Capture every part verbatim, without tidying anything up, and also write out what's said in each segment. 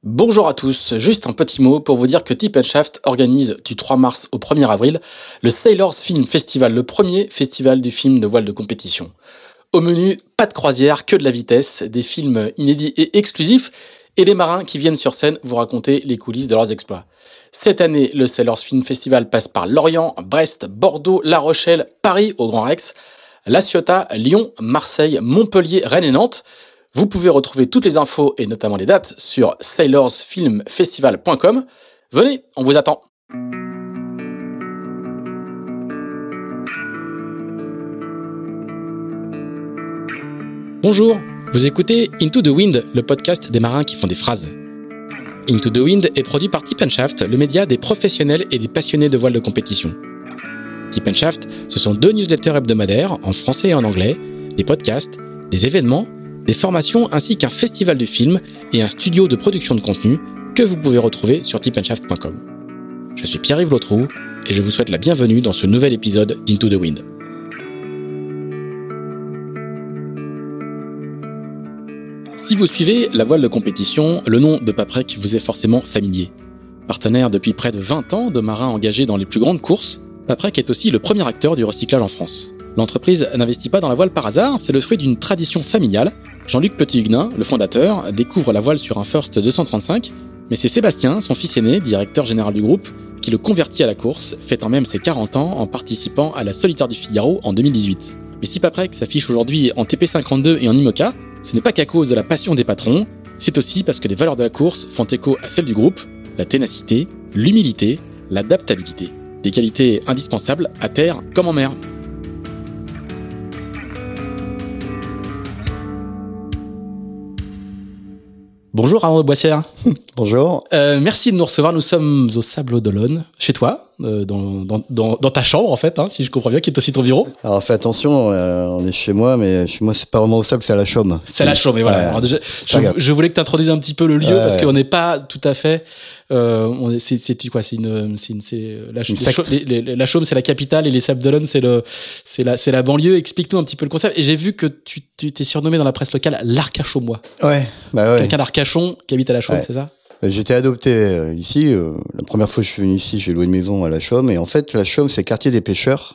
Bonjour à tous, juste un petit mot pour vous dire que Tip and Shaft organise du trois mars au premier avril le Sailors Film Festival, le premier festival du film de voile de compétition. Au menu, pas de croisière, que de la vitesse, des films inédits et exclusifs, et des marins qui viennent sur scène vous raconter les coulisses de leurs exploits. Cette année, le Sailors Film Festival passe par Lorient, Brest, Bordeaux, La Rochelle, Paris au Grand Rex, La Ciotat, Lyon, Marseille, Montpellier, Rennes et Nantes. Vous pouvez retrouver toutes les infos et notamment les dates sur sailors film festival point com. Venez, on vous attend. Bonjour, vous écoutez Into the Wind, le podcast des marins qui font des phrases. Into the Wind est produit par Tip and Shaft, le média des professionnels et des passionnés de voile de compétition. Tip and Shaft, ce sont deux newsletters hebdomadaires en français et en anglais, des podcasts, des événements, des formations ainsi qu'un festival de films et un studio de production de contenu que vous pouvez retrouver sur tip and shaft point com. Je suis Pierre-Yves Lautroux et je vous souhaite la bienvenue dans ce nouvel épisode d'Into the Wind. Si vous suivez la voile de compétition, le nom de Paprec vous est forcément familier. Partenaire depuis près de vingt ans de marins engagés dans les plus grandes courses, Paprec est aussi le premier acteur du recyclage en France. L'entreprise n'investit pas dans la voile par hasard, c'est le fruit d'une tradition familiale. Jean-Luc Petit-Huguenin, le fondateur, découvre la voile sur un First deux cent trente-cinq, mais c'est Sébastien, son fils aîné, directeur général du groupe, qui le convertit à la course, fêtant même ses quarante ans en participant à la Solitaire du Figaro en deux mille dix-huit. Mais si Paprec s'affiche aujourd'hui en T P cinquante-deux et en IMOCA, ce n'est pas qu'à cause de la passion des patrons, c'est aussi parce que les valeurs de la course font écho à celles du groupe, la ténacité, l'humilité, l'adaptabilité. Des qualités indispensables à terre comme en mer. Bonjour Arnaud Boissière. Bonjour. Euh, merci de nous recevoir. Nous sommes au Sables d'Olonne, chez toi, euh, dans, dans, dans, dans ta chambre en fait, hein, si je comprends bien, qui est aussi ton bureau. Alors fais attention, euh, on est chez moi, mais chez moi c'est pas vraiment au Sable, c'est à la Chaume. C'est à la Chaume, et voilà. Ouais. Alors déjà, je, je voulais que tu introduises un petit peu le lieu ouais, parce ouais. qu'on n'est pas tout à fait. Euh, on est, c'est, c'est quoi C'est une, c'est une, c'est la, une les, les, les, la Chaume, c'est la capitale, et les Sables d'Olonne, c'est le, c'est la, c'est la banlieue. Explique-nous un petit peu le concept. Et j'ai vu que tu, tu t'es surnommé dans la presse locale l'Arcachaumois. Ouais. Bah ouais. Quelqu'un d'Arcachon qui habite à la Chaume, ouais. C'est ça? J'étais adopté euh, ici. Euh, la première fois que je suis venu ici, j'ai loué une maison à la Chaume. Et en fait, la Chaume, c'est le quartier des pêcheurs.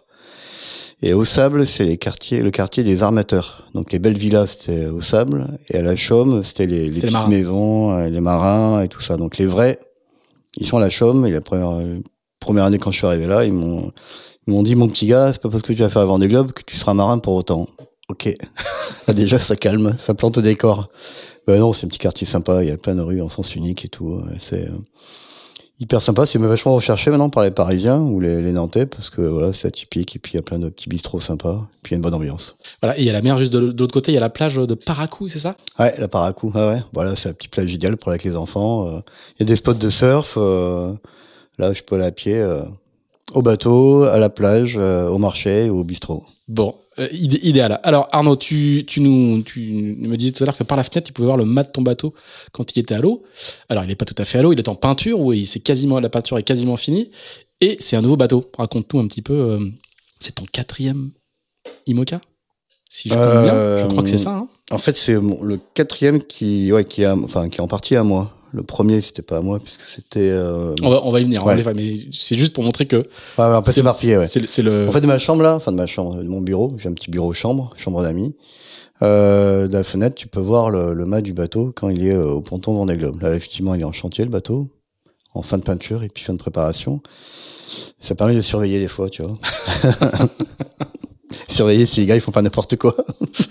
Et au Sable, c'est les quartiers, le quartier des armateurs. Donc les belles villas, c'était au Sable. Et à la Chaume, c'était les, les c'était petites les maisons, euh, les marins et tout ça. Donc les vrais, ils sont à la Chaume. Et la première, euh, première année, quand je suis arrivé là, ils m'ont, ils m'ont dit, mon petit gars, c'est pas parce que tu vas faire le Vendée Globe que tu seras marin pour autant. Ok. Déjà, ça calme, ça plante au décor. Ben non, c'est un petit quartier sympa, il y a plein de rues en sens unique et tout. C'est euh, hyper sympa, c'est vachement recherché maintenant par les Parisiens ou les, les Nantais, parce que voilà, c'est atypique, et puis il y a plein de petits bistrots sympas, et puis il y a une bonne ambiance. Voilà, et il y a la mer juste de, de l'autre côté, il y a la plage de Paracou, c'est ça? Ouais, la Paracou, ouais, ouais. Voilà, c'est la petite plage idéale pour aller avec les enfants. Il euh, y a des spots de surf, euh, là je peux aller à pied, euh, au bateau, à la plage, euh, au marché ou au bistrot. Bon, euh, idé- idéal. Alors Arnaud, tu, tu, nous, tu me disais tout à l'heure que par la fenêtre, tu pouvais voir le mât de ton bateau quand il était à l'eau. Alors il n'est pas tout à fait à l'eau, il est en peinture, où il, c'est quasiment, la peinture est quasiment finie. Et c'est un nouveau bateau. Raconte-nous un petit peu, euh, c'est ton quatrième IMOCA, si je connais euh, bien. Je crois que c'est ça. Hein. En fait, c'est le quatrième qui, ouais, qui, a, enfin, qui est en partie à moi. Le premier, c'était pas à moi, puisque c'était... Euh... On, va, on va y venir, ouais. on va, mais c'est juste pour montrer que... Ouais, ouais, on peut s'éparpiller, ouais. C'est, c'est le... En fait, de ma chambre, là, enfin de ma chambre, de mon bureau, j'ai un petit bureau chambre, chambre d'amis. Euh, de la fenêtre, tu peux voir le, le mât du bateau quand il est euh, au ponton Vendée Globe. Là, effectivement, il est en chantier, le bateau, en fin de peinture et puis fin de préparation. Ça permet de surveiller des fois, tu vois. Surveiller si les gars, ils font pas n'importe quoi.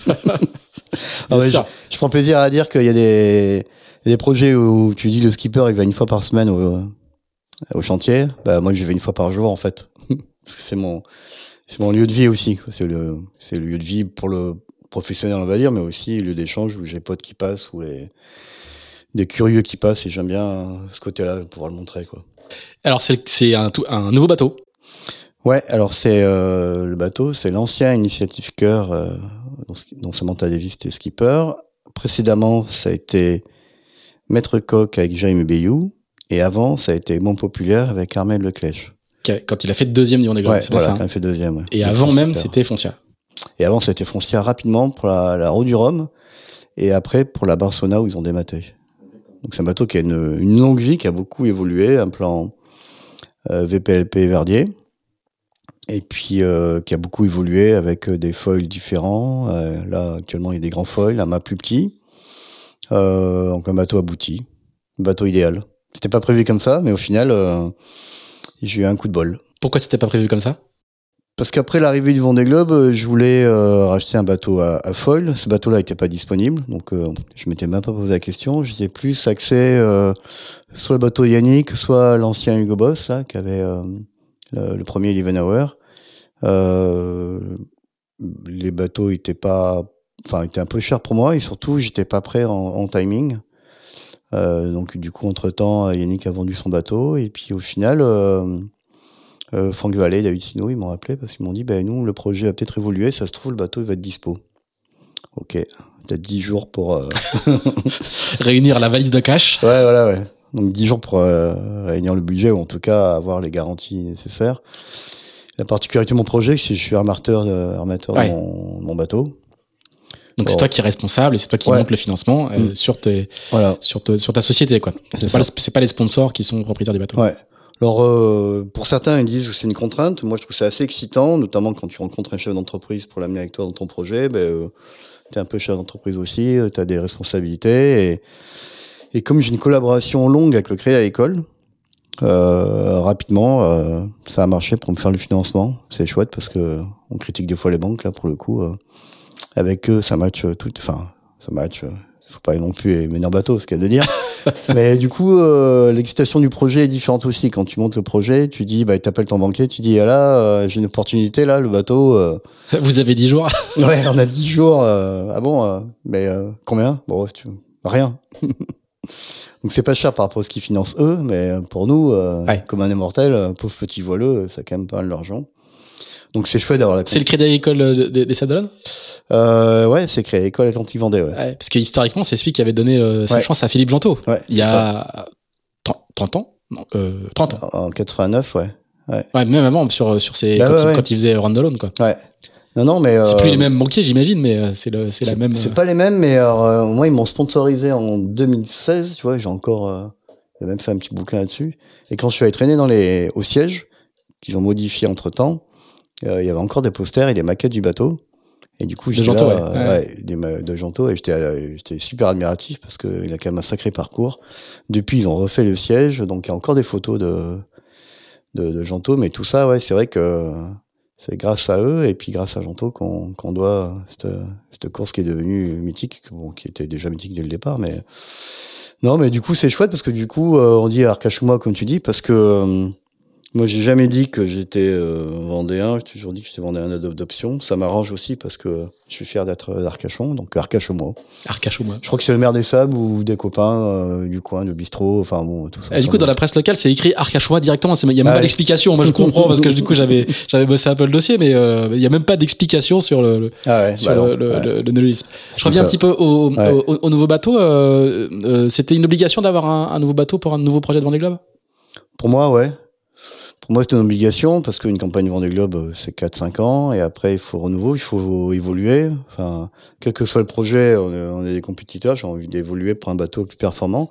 ah ouais, je, je prends plaisir à dire qu'il y a des... Il y a des projets où tu dis le skipper il va une fois par semaine au, au chantier. Bah moi je vais une fois par jour en fait, parce que c'est mon c'est mon lieu de vie aussi. C'est le c'est le lieu de vie pour le professionnel on va dire, mais aussi le lieu d'échange où j'ai des potes qui passent ou les des curieux qui passent et j'aime bien ce côté-là pouvoir le montrer quoi. Alors c'est c'est un tout, un nouveau bateau. Ouais, alors c'est euh, le bateau, c'est l'ancien Initiative Cœur euh, dont, dont Samantha Davis était skipper. Précédemment ça a été Maître Coq avec Jaime Bayou, et avant, ça a été Mont Populaire avec Armel Leclèche. Quand il a fait deuxième du Vendée Globe, ouais, c'est voilà, pas ça. Quand il a fait deuxième, ouais. Et avant même, c'était Foncia. Et avant, ça a été Foncia rapidement pour la, la Roue du Rhum, et après pour la Barcelona où ils ont dématé. Donc c'est un bateau qui a une, une longue vie, qui a beaucoup évolué, un plan euh, V P L P Verdier, et puis euh, qui a beaucoup évolué avec des foils différents. Euh, là actuellement il y a des grands foils, un mât plus petit, euh, donc un bateau abouti, un bateau idéal. C'était pas prévu comme ça, mais au final euh, j'ai eu un coup de bol. Pourquoi c'était pas prévu comme ça ? Parce qu'après l'arrivée du Vendée Globe, je voulais euh, racheter un bateau à, à foil. Ce bateau-là n'était pas disponible, donc euh, je m'étais même pas posé la question. J'étais plus axé euh, soit le bateau Yannick, soit l'ancien Hugo Boss là, qui avait euh, le, le premier Eleven Hour. Euh, les bateaux étaient pas, enfin étaient un peu chers pour moi, et surtout j'étais pas prêt en, en timing. Euh, donc du coup, entre temps, Yannick a vendu son bateau, et puis au final. Euh, Euh, Franck Vallée, David Sino, ils m'ont appelé parce qu'ils m'ont dit ben nous le projet a peut-être évolué, ça se trouve le bateau il va être dispo. Ok, t'as dix jours pour euh... réunir la valise de cash. Ouais voilà ouais. Donc dix jours pour euh, réunir le budget ou en tout cas avoir les garanties nécessaires. La particularité de mon projet, c'est que je suis armateur de, armateur ouais. de mon, mon bateau. Donc bon. C'est toi qui es responsable et c'est toi qui ouais. monte le financement euh, mmh. sur tes voilà. sur, te, sur ta société quoi. C'est, c'est pas le, c'est pas les sponsors qui sont propriétaires du bateau. Ouais. Alors, euh, pour certains, ils disent que c'est une contrainte. Moi, je trouve ça assez excitant, notamment quand tu rencontres un chef d'entreprise pour l'amener avec toi dans ton projet. Ben, euh, t'es un peu chef d'entreprise aussi, t'as des responsabilités. Et, et comme j'ai une collaboration longue avec le Crédit Agricole, euh, rapidement, euh, ça a marché pour me faire le financement. C'est chouette parce que on critique des fois les banques, là, pour le coup. Euh, avec eux, ça match tout. Enfin, ça match. Euh, faut pas non plus aimer un bateau, ce qu'il y a de dire. Mais du coup, euh, l'excitation du projet est différente aussi. Quand tu montes le projet, tu dis, bah, t'appelles ton banquier, tu dis, ah là, euh, j'ai une opportunité, là, le bateau. Euh... Vous avez dix jours? Ouais, on a dix jours. Euh... Ah bon, euh... mais euh, combien? Bon, tu... rien. Donc c'est pas cher par rapport à ce qu'ils financent eux, mais pour nous, euh, ouais. comme un immortel, euh, pauvre petit voileux, ça a quand même pas mal d'argent. Donc c'est chouette d'avoir la. C'est le Crédit Agricole des de, Sables d'Olonne. Euh, ouais, c'est Crédit Agricole Atlantique Vendée. Ouais. Ouais, parce que historiquement, c'est celui qui avait donné euh, sa ouais. chance à Philippe Gentot. Ouais, il y a trente ans, non, euh, trente ans. En quatre-vingt-neuf, ouais. Ouais. Ouais, même avant sur sur ses bah quand, ouais, il, ouais. quand il faisait Run Alone quoi. Ouais. Non non mais. C'est euh... plus les mêmes banquiers, j'imagine, mais euh, c'est le c'est, c'est la même. C'est euh... pas les mêmes, mais euh, moi ils m'ont sponsorisé en deux mille seize, tu vois, j'ai encore, euh, j'ai même fait un petit bouquin là-dessus. Et quand je suis allé traîner dans les au siège, qu'ils ont modifié entre temps. Euh, il y avait encore des posters et des maquettes du bateau. Et du coup, j'étais Gentot, là, ouais. Euh, ouais. Ouais, de Gentot, et j'étais, euh, j'étais super admiratif parce que il a quand même un sacré parcours. Depuis, ils ont refait le siège, donc il y a encore des photos de, de, de Gentot, mais tout ça, ouais, c'est vrai que c'est grâce à eux et puis grâce à Gentot qu'on, qu'on doit cette, cette course qui est devenue mythique, bon, qui était déjà mythique dès le départ, mais non, mais du coup, c'est chouette parce que du coup, euh, on dit Arcachoumois, comme tu dis, parce que, euh, moi, j'ai jamais dit que j'étais euh, vendéen. J'ai toujours dit que j'étais vendéen d'adoption. Ça m'arrange aussi parce que je suis fier d'être d'Arcachon, donc Arcachoumois. Arcachoumois. Je crois que c'est le maire des Sables ou des copains euh, du coin, de bistrot, enfin bon, tout ça. Et du coup, dans la presse locale, c'est écrit Arcachoumois directement. Il y a même ah, pas ouais. d'explication. Moi, je comprends parce que du coup, j'avais j'avais bossé un peu le dossier, mais euh, il y a même pas d'explication sur le, le ah ouais, sur bah le, le, ouais. le, le néologisme. Je reviens ça. un petit peu au, ouais. au, au, au nouveau bateau. Euh, euh, c'était une obligation d'avoir un, un nouveau bateau pour un nouveau projet de Vendée Globe. Pour moi, ouais. Pour moi, c'est une obligation parce qu'une campagne Vendée Globe, c'est quatre cinq ans et après, il faut renouveau, il faut évoluer. Enfin, quel que soit le projet, on est, on est des compétiteurs, j'ai envie d'évoluer pour un bateau plus performant.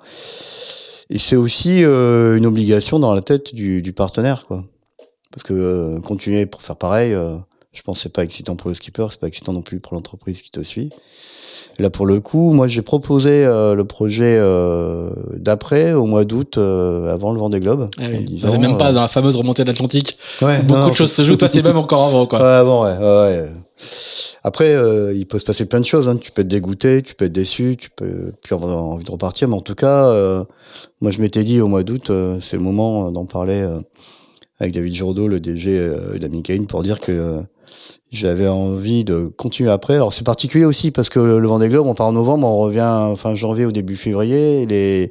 Et c'est aussi euh, une obligation dans la tête du, du partenaire, quoi. Parce que euh, continuer pour faire pareil, euh, je pense que c'est pas excitant pour le skipper, c'est pas excitant non plus pour l'entreprise qui te suit. Et là, pour le coup, moi, j'ai proposé euh, le projet euh, d'après, au mois d'août, euh, avant le Vendée Globe. Ah oui. Disant, c'est même euh... pas dans la fameuse remontée de l'Atlantique. Ouais, beaucoup non, de choses se jouent. Toi, c'est même encore avant, quoi. Ouais, bon, ouais, ouais. Après, euh, il peut se passer plein de choses. Hein. Tu peux être dégoûté, tu peux être déçu, tu peux plus avoir envie de repartir. Mais en tout cas, euh, moi, je m'étais dit au mois d'août, euh, c'est le moment d'en parler euh, avec David Jourdaud, le D G euh, d'Amicaine, pour dire que euh, j'avais envie de continuer après. Alors c'est particulier aussi parce que le Vendée Globe, on part en novembre, on revient fin janvier au début février. Et les,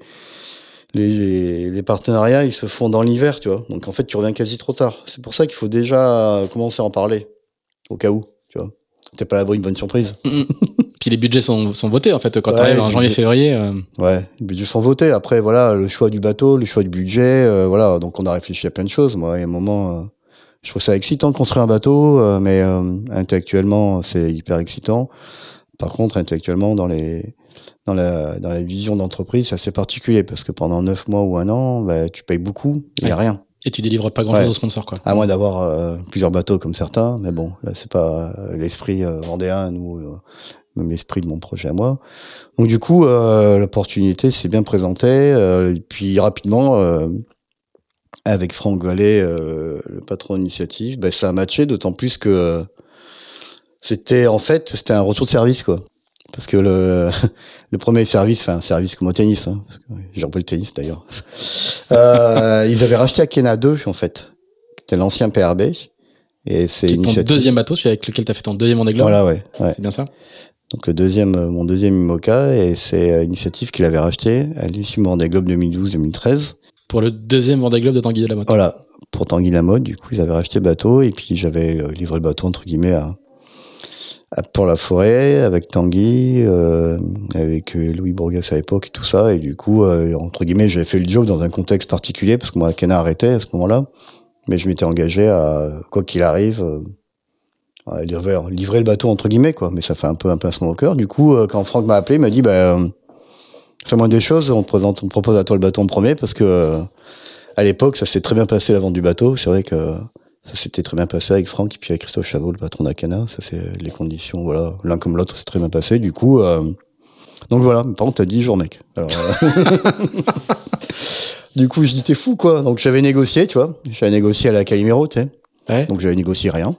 les les partenariats, ils se font dans l'hiver, tu vois. Donc en fait, tu reviens quasi trop tard. C'est pour ça qu'il faut déjà commencer à en parler, au cas où, tu vois. T'es pas à l'abri d'une bonne surprise. Mmh. Puis les budgets sont sont votés en fait quand ouais, t'arrives en janvier février. Euh... Ouais, les budgets sont votés. Après voilà, le choix du bateau, le choix du budget, euh, voilà. Donc on a réfléchi à plein de choses. Moi, il y a un moment. Euh... Je trouve ça excitant de construire un bateau, euh, mais euh, intellectuellement, c'est hyper excitant. Par contre, intellectuellement, dans les dans la dans la vision d'entreprise, c'est assez particulier parce que pendant neuf mois ou un an, bah, tu payes beaucoup, il ouais. y a rien. Et tu délivres pas grand-chose ouais. aux sponsors, quoi. À moins d'avoir euh, plusieurs bateaux comme certains, mais bon, là c'est pas euh, l'esprit euh, vendéen, nous, euh, même l'esprit de mon projet à moi. Donc du coup, euh, l'opportunité s'est bien présentée, euh, et puis rapidement, euh, avec Franck Gallet, euh, le patron d'initiative, bah, ça a matché, d'autant plus que euh, c'était en fait c'était un retour de service, quoi. Parce que le, le premier service, enfin un service comme au tennis, hein, j'ai repris le tennis d'ailleurs, euh, ils avaient racheté Akena deux en fait, qui était l'ancien P R B. Et c'est ton deuxième bateau, celui avec lequel tu as fait ton deuxième Vendée Globe. Voilà, ouais, ouais. C'est bien ça. Donc le deuxième, mon deuxième IMOCA, et c'est Initiative qui l'avait racheté à l'issue du Vendée Globe deux mille douze deux mille treize. Pour le deuxième Vendée Globe de Tanguy de la Motte. Voilà, pour Tanguy la Motte, du coup ils avaient racheté le bateau, et puis j'avais livré le bateau entre guillemets à pour la forêt avec Tanguy, euh, avec Louis Bourgas à l'époque et tout ça, et du coup euh, entre guillemets j'avais fait le job dans un contexte particulier parce que moi Akena arrêtait à ce moment-là, mais je m'étais engagé à quoi qu'il arrive euh, à livrer, livrer le bateau entre guillemets quoi, mais ça fait un peu un pincement au cœur. Du coup euh, quand Franck m'a appelé, il m'a dit bah euh, fais-moi des choses, on te présente, on te propose à toi le bateau en premier parce que euh, à l'époque ça s'est très bien passé la vente du bateau, c'est vrai que ça s'était très bien passé avec Franck et puis avec Christophe Chavot, le patron d'Akena. Ça, c'est les conditions, voilà. L'un comme l'autre, c'est très bien passé. Du coup, euh... donc voilà. Par contre, t'as dix jours, mec. Alors, euh... du coup, je dis, t'es fou, quoi. Donc, j'avais négocié, tu vois. J'avais négocié à la Calimero, tu sais. Ouais. Donc, j'avais négocié rien.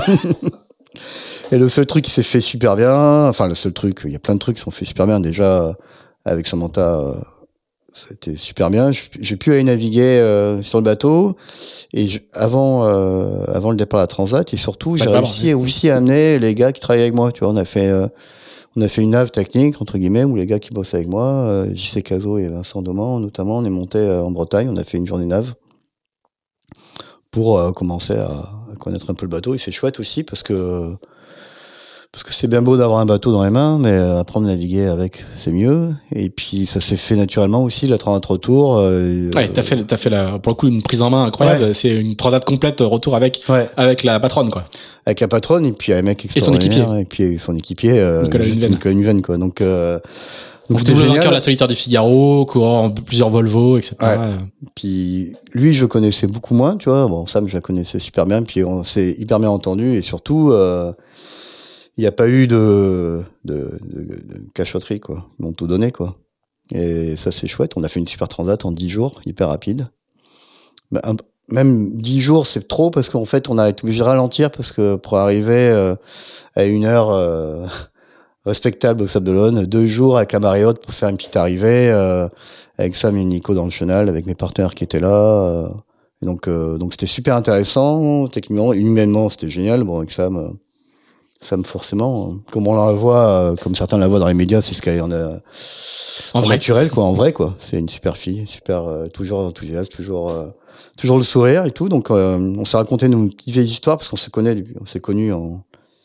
Et le seul truc qui s'est fait super bien, enfin, le seul truc, il y a plein de trucs qui sont faits super bien. Déjà, avec Samantha, euh... c'était super bien. J'ai pu aller naviguer euh, sur le bateau et je, avant euh, avant le départ à la Transat et surtout j'ai réussi aussi à amener les gars qui travaillaient avec moi. Tu vois, on a fait euh, on a fait une nave technique entre guillemets où les gars qui bossaient avec moi, euh, J C Cazot et Vincent Doman notamment, on est monté euh, en Bretagne. On a fait une journée nave pour euh, commencer à, à connaître un peu le bateau et c'est chouette aussi parce que Parce que c'est bien beau d'avoir un bateau dans les mains, mais apprendre à naviguer avec, c'est mieux. Et puis, ça s'est fait naturellement aussi, la Transat retour. Euh, ouais, t'as fait, t'as fait la, pour le coup, une prise en main incroyable. Ouais. C'est une Transat complète retour avec, ouais. avec la patronne, quoi. Avec la patronne, et puis un mec extraordinaire. Et son équipier. Et puis son équipier, euh, Nicolas Nuven. Nicolas Nuven, quoi. Donc, euh, donc double vainqueur de la Solitaire du Figaro, coureur en plusieurs Volvo, et cetera. Ouais. Puis, lui, je connaissais beaucoup moins, tu vois. Bon, Sam, je la connaissais super bien, puis on s'est hyper bien entendu, et surtout, euh, il n'y a pas eu de, de, de, de cachotterie, quoi. Ils m'ont tout donné, quoi. Et ça, c'est chouette. On a fait une super transat en dix jours, hyper rapide. Un, même dix jours, c'est trop parce qu'en fait, on a été obligé de ralentir parce que pour arriver euh, à une heure euh, respectable au Sable d'Olonne, deux jours avec la marée haute pour faire une petite arrivée euh, avec Sam et Nico dans le chenal, avec mes partenaires qui étaient là. Euh, et donc, euh, donc c'était super intéressant. Techniquement, humainement, c'était génial. Bon, avec Sam... Euh, Sam, forcément, comme on la voit, comme certains la voient dans les médias, c'est ce qu'elle en a en vrai. naturel, quoi, en vrai, quoi. C'est une super fille, super, euh, toujours enthousiaste, toujours, euh, toujours le sourire et tout. Donc, euh, on s'est raconté nos petites vieilles histoires parce qu'on s'est connaît, on s'est connus en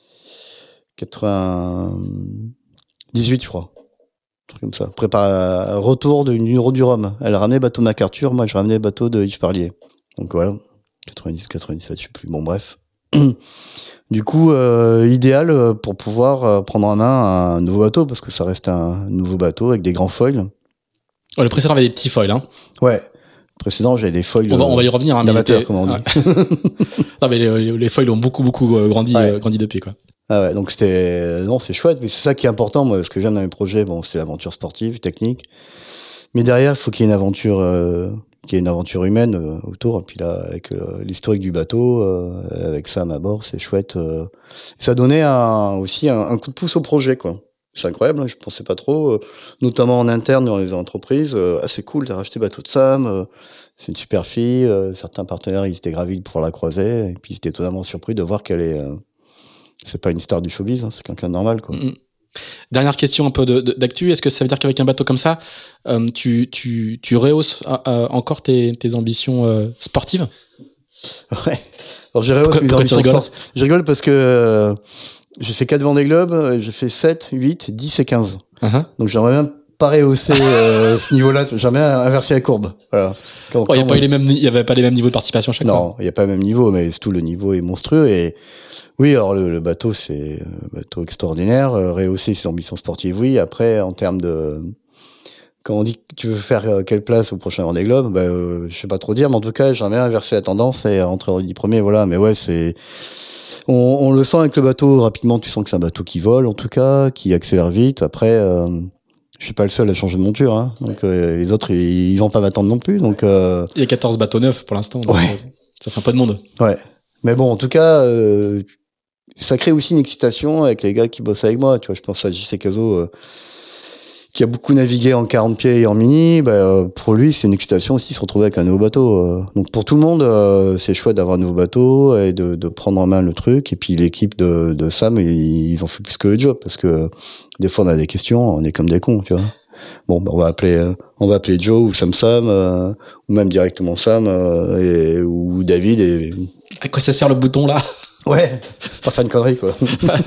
quatre-vingt-dix-huit, je crois. Un truc comme ça. Prépare, retour d'une Euro du Rhum. Elle ramenait le bateau de MacArthur, moi, je ramenais le bateau de Yves Parlier. Donc, voilà. quatre-vingt-dix, quatre-vingt-dix-sept, je sais plus. Bon, bref. Du coup, euh, idéal pour pouvoir euh, prendre en main un nouveau bateau, parce que ça reste un nouveau bateau avec des grands foils. Oh, le précédent avait des petits foils, hein. Ouais. Le précédent, j'avais des foils. On va, on va y revenir, hein. D'amateurs, était... comme on dit. Non, mais les, les foils ont beaucoup, beaucoup grandi, ouais. euh, grandi depuis, quoi. Ah ouais, donc c'était, non, c'est chouette, mais c'est ça qui est important, moi, ce que j'aime dans mes projets, bon, c'est l'aventure sportive, technique. Mais derrière, il faut qu'il y ait une aventure, euh, qu'il y ait une aventure humaine euh, autour. Et puis là, avec euh, l'historique du bateau, euh, avec Sam à bord, c'est chouette. Euh. Ça donnait un, aussi un, un coup de pouce au projet, quoi. C'est incroyable, hein, je pensais pas trop, euh, notamment en interne dans les entreprises. Euh, ah, c'est cool, t'as racheté le bateau de Sam, euh, c'est une super fille. Euh, certains partenaires, ils étaient gravis pour la croiser, et puis ils étaient étonnamment surpris de voir qu'elle est, euh, c'est pas une star du showbiz, hein, c'est quelqu'un de normal, quoi. Mm-hmm. Dernière question un peu de, de, d'actu, est-ce que ça veut dire qu'avec un bateau comme ça, euh, tu, tu, tu rehausses euh, encore tes, tes ambitions euh, sportives? Ouais. Alors je rehausse mes ambitions sportives. Je rigole parce que euh, j'ai fait quatre Vendée Globe, j'ai fait sept, huit, dix et quinze. Uh-huh. Donc j'aimerais même pas rehausser euh, ce niveau-là, j'aimerais inverser la courbe. Voilà. Quand, oh, il n'y avait pas les mêmes niveaux de participation à chaque non, fois. Non, il n'y a pas le même niveau, mais tout le niveau est monstrueux et Oui, alors le, le bateau, c'est un bateau extraordinaire. Euh, rehausser ses ambitions sportives, oui. Après, en termes de... Quand on dit que tu veux faire euh, quelle place au prochain Vendée Globe, bah, euh, je sais pas trop dire, mais en tout cas, j'aimerais bien inverser la tendance et rentrer dans les dix premiers, voilà. Mais ouais, c'est... On, on le sent avec le bateau, rapidement, tu sens que c'est un bateau qui vole, en tout cas, qui accélère vite. Après, euh, je suis pas le seul à changer de monture, hein. Donc euh, les autres, ils, ils vont pas m'attendre non plus. Donc, euh... il y a quatorze bateaux neufs pour l'instant. Donc, ouais. euh, ça fait un peu de monde. Ouais. Mais bon, en tout cas... Euh, ça crée aussi une excitation avec les gars qui bossent avec moi. Tu vois, je pense à J C Cazot, euh, qui a beaucoup navigué en quarante pieds et en mini. Bah, euh, pour lui, c'est une excitation aussi de se retrouver avec un nouveau bateau. Euh. Donc pour tout le monde, euh, c'est chouette d'avoir un nouveau bateau et de, de prendre en main le truc. Et puis l'équipe de, de Sam, ils, ils ont fait plus que le job parce que des fois on a des questions, on est comme des cons, tu vois. Bon, bah, on va appeler, euh, on va appeler Joe ou Sam Sam, euh, ou même directement Sam euh, et, ou David. Et... À quoi ça sert le bouton là? Ouais, pas faire une connerie, quoi.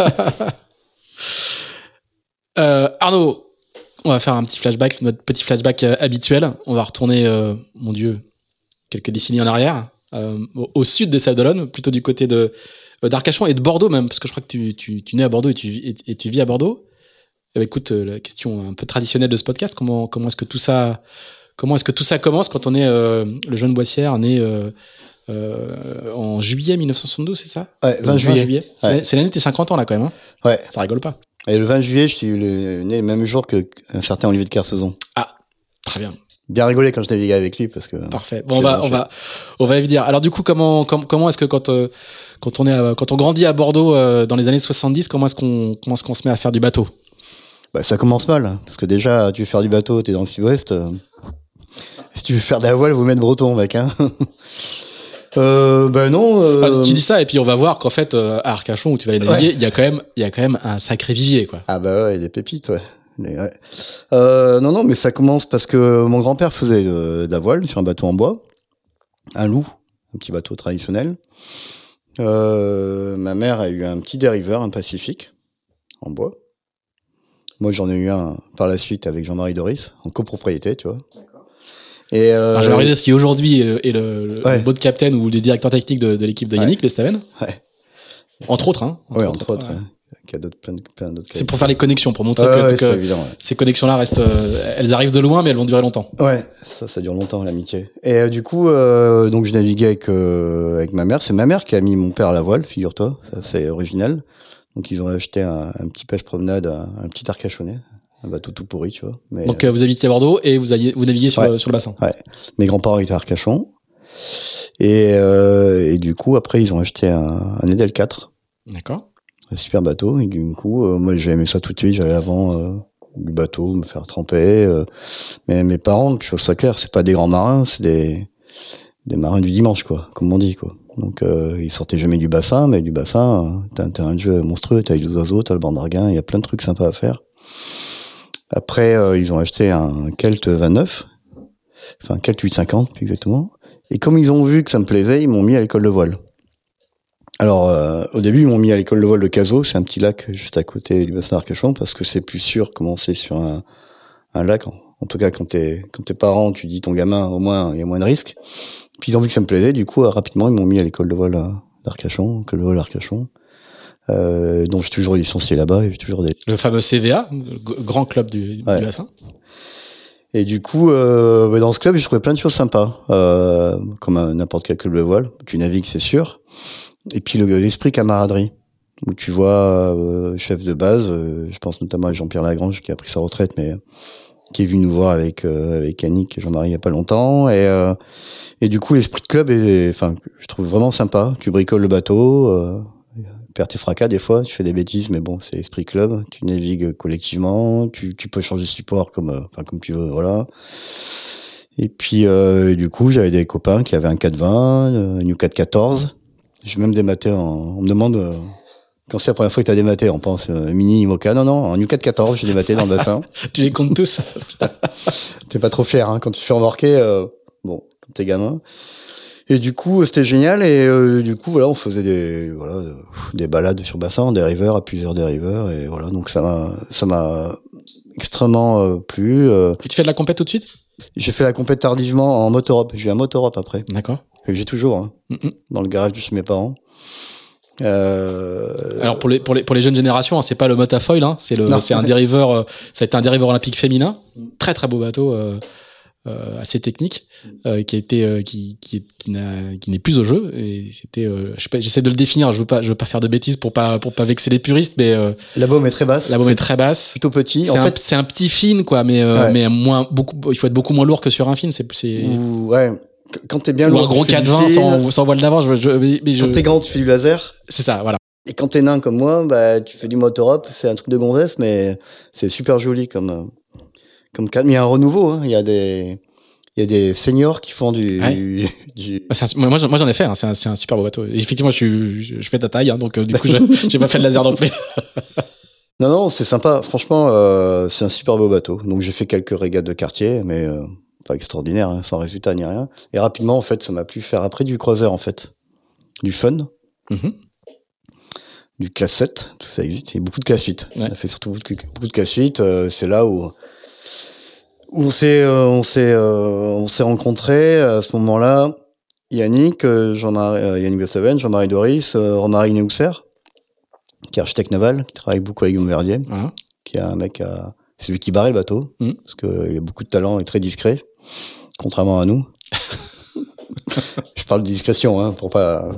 euh, Arnaud, on va faire un petit flashback, notre petit flashback euh, habituel. On va retourner, euh, mon Dieu, quelques décennies en arrière, euh, au, au sud des Sables d'Olonne, plutôt du côté de euh, d'Arcachon et de Bordeaux même, parce que je crois que tu, tu, tu nais à Bordeaux et tu, et, et tu vis à Bordeaux. Euh, écoute, euh, la question un peu traditionnelle de ce podcast, comment, comment est-ce que tout ça, comment est-ce que tout ça commence quand on est euh, le jeune Boissière, né euh, Euh, en juillet mille neuf cent soixante-douze, c'est ça? Ouais, vingt juillet. C'est, ouais. c'est l'année de tes cinquante ans, là, quand même. Hein, ouais. Ça rigole pas. Et le vingt juillet, je suis né le même jour que un certain Olivier de Kersauzon. Ah, très bien. Bien rigolé quand je naviguais avec lui, parce que... Parfait. Bon, on va, on va, on va y venir. Alors, du coup, comment, comment, comment est-ce que quand, euh, quand on est à, quand on grandit à Bordeaux, euh, dans les années soixante-dix, comment est-ce qu'on, comment est-ce qu'on se met à faire du bateau? Bah, ça commence mal. Parce que déjà, tu veux faire du bateau, t'es dans le sud-ouest. Euh... Si tu veux faire de la voile, vous mettre breton, mec, hein. Euh, ben non. Euh... Ah, tu dis ça et puis on va voir qu'en fait euh, à Arcachon où tu vas aller naviguer, il ouais. y a quand même, il y a quand même un sacré vivier, quoi. Ah bah ouais, des pépites, ouais. Mais ouais. Euh, non non, mais ça commence parce que mon grand-père faisait euh, de la voile sur un bateau en bois, un loup, un petit bateau traditionnel. Euh, ma mère a eu un petit dériveur, un Pacifique, en bois. Moi j'en ai eu un par la suite avec Jean-Marie Doris en copropriété, tu vois. Et euh... Alors, Jean-Marie Doris qui aujourd'hui est le, le, ouais. le boat captain ou le directeur technique de, de l'équipe de Yannick, ouais. Lestaven. Ouais. Entre autres, hein. Entre ouais, entre autres. autres ouais. Il y a d'autres, plein, plein d'autres. C'est pour faire les connexions, pour montrer ouais, que, ouais, que évident, ouais. ces connexions-là restent, euh, elles arrivent de loin, mais elles vont durer longtemps. Ouais, ça, ça dure longtemps, l'amitié. Et euh, du coup, euh, donc je naviguais avec euh, avec ma mère. C'est ma mère qui a mis mon père à la voile, figure-toi. Ça, c'est original. Donc ils ont acheté un, un petit pêche promenade, un, un petit arcachonnais. Un bateau tout pourri, tu vois. Mais, donc, euh, vous habitiez à Bordeaux et vous, alliez, vous naviguiez sur, ouais, le, sur le bassin. Ouais. Mes grands-parents étaient à Arcachon. Et, euh, et du coup, après, ils ont acheté un, un Edel quatre. D'accord. Un super bateau. Et du coup, euh, moi, j'ai aimé ça tout de suite. J'allais avant euh, du bateau, me faire tremper. Euh, mais mes parents, chose soit claire, c'est pas des grands marins, c'est des, des marins du dimanche, quoi, comme on dit, quoi. Donc, euh, ils sortaient jamais du bassin, mais du bassin, euh, t'as un terrain de jeu monstrueux, t'as les douze oiseaux, t'as le banc d'Arguin, il y a plein de trucs sympas à faire. Après, euh, ils ont acheté un Kelt vingt-neuf, enfin un Kelt huit cent cinquante plus exactement. Et comme ils ont vu que ça me plaisait, ils m'ont mis à l'école de voile. Alors, euh, au début, ils m'ont mis à l'école de voile de Cazaux, c'est un petit lac juste à côté du bassin d'Arcachon, parce que c'est plus sûr comment c'est sur un, un lac. En, en tout cas, quand t'es, quand t'es parent, tu dis ton gamin, au moins, il y a moins de risques. Puis ils ont vu que ça me plaisait, du coup, rapidement, ils m'ont mis à l'école de voile d'Arcachon, l'école de voile d'Arcachon. Euh, donc j'ai toujours licencié là-bas et j'ai toujours des... Le fameux C V A, le grand club du, ouais. du bassin. Et du coup, euh, bah dans ce club, j'ai trouvé plein de choses sympas, euh, comme un, n'importe quel club de voile. Tu navigues, c'est sûr. Et puis le, l'esprit camaraderie, où tu vois euh, chef de base, euh, je pense notamment à Jean-Pierre Lagrange qui a pris sa retraite, mais qui est venu nous voir avec euh, avec Annick et Jean-Marie il y a pas longtemps. Et euh, et du coup, l'esprit de club est, enfin, je trouve vraiment sympa. Tu bricoles le bateau. Euh, perds tes fracas des fois, tu fais des bêtises, mais bon, c'est esprit club. Tu navigues collectivement, tu, tu peux changer de support comme, euh, enfin comme tu veux, voilà. Et puis euh, et du coup, j'avais des copains qui avaient un quatre vingt, euh, New quatre quatorze. J'ai même dématé. En, on me demande euh, quand c'est la première fois que t'as dématé, on pense euh, mini Imoca. Non non, en New quatre quatorze, j'ai dématé dans le bassin. Tu les comptes tous. T'es pas trop fier, hein, quand tu te fais embarquer. Euh, bon, quand t'es gamin. Et du coup, c'était génial. Et euh, du coup, voilà, on faisait des voilà des balades sur bassin, des riveurs à plusieurs dériveurs. Et voilà, donc ça m'a ça m'a extrêmement euh, plu. Euh. Et tu fais de la compète tout de suite? J'ai fait la compète tardivement en Motorop. J'ai eu un Motorop après. D'accord. Que j'ai toujours, hein, mm-hmm. dans le garage de chez mes parents. Euh... Alors pour les pour les pour les jeunes générations, hein, c'est pas le Motafoil, hein, c'est le Non. c'est un dériveur. Euh, ça a été un dériveur olympique féminin, très très beau bateau, euh, euh, assez technique, euh, qui a été euh, qui qui qui n'a qui n'est plus au jeu. Et c'était, euh, je sais pas, j'essaie de le définir. Je veux pas je veux pas faire de bêtises pour pas pour pas vexer les puristes, mais euh, la baume est très basse. La baume est très basse, plutôt petit. C'est en un, fait, c'est un petit fin quoi, mais euh, ouais. mais moins beaucoup. Il faut être beaucoup moins lourd que sur un fin. C'est c'est. Ou, ouais. Quand t'es bien ou lourd, un gros quatre vingt sans, sans voile d'avant. Je, je, mais, mais je... Quand t'es grand, tu fais du laser. C'est ça, voilà. Et quand t'es nain comme moi, bah, tu fais du Motorop. C'est un truc de gonzesse, mais c'est super joli comme, comme cadre. Mais il y a un renouveau, hein. Il y a des, il y a des seniors qui font du, ouais. du... Un, moi, moi, j'en ai fait, hein. C'est un, c'est un super beau bateau. Et effectivement, je suis, je, je fais ta taille, hein, donc, euh, du coup, je, j'ai pas fait de laser non plus. Non, non, c'est sympa. Franchement, euh, c'est un super beau bateau. Donc, j'ai fait quelques régates de quartier, mais, euh, pas extraordinaire, hein, sans résultat ni rien. Et rapidement, en fait, ça m'a plu faire après du croiseur, en fait. Du fun. Mm-hmm. Du classe sept, tout ça existe. Il y a beaucoup de classe huit. Ouais. On a fait surtout beaucoup de, beaucoup de classe huit. Euh, c'est là où, où on s'est, euh, on s'est, euh, on s'est rencontrés. À ce moment-là, Yannick, euh, Jean-Marie, euh, Yannick Bestaven, Jean-Marie Doris, euh, Romaric Neusser, qui est architecte naval, qui travaille beaucoup avec Bombardier, ah. qui est un mec à, c'est lui qui barrait le bateau, mm. parce qu'il a beaucoup de talent et très discret, contrairement à nous. Je parle de discrétion, hein, pour pas.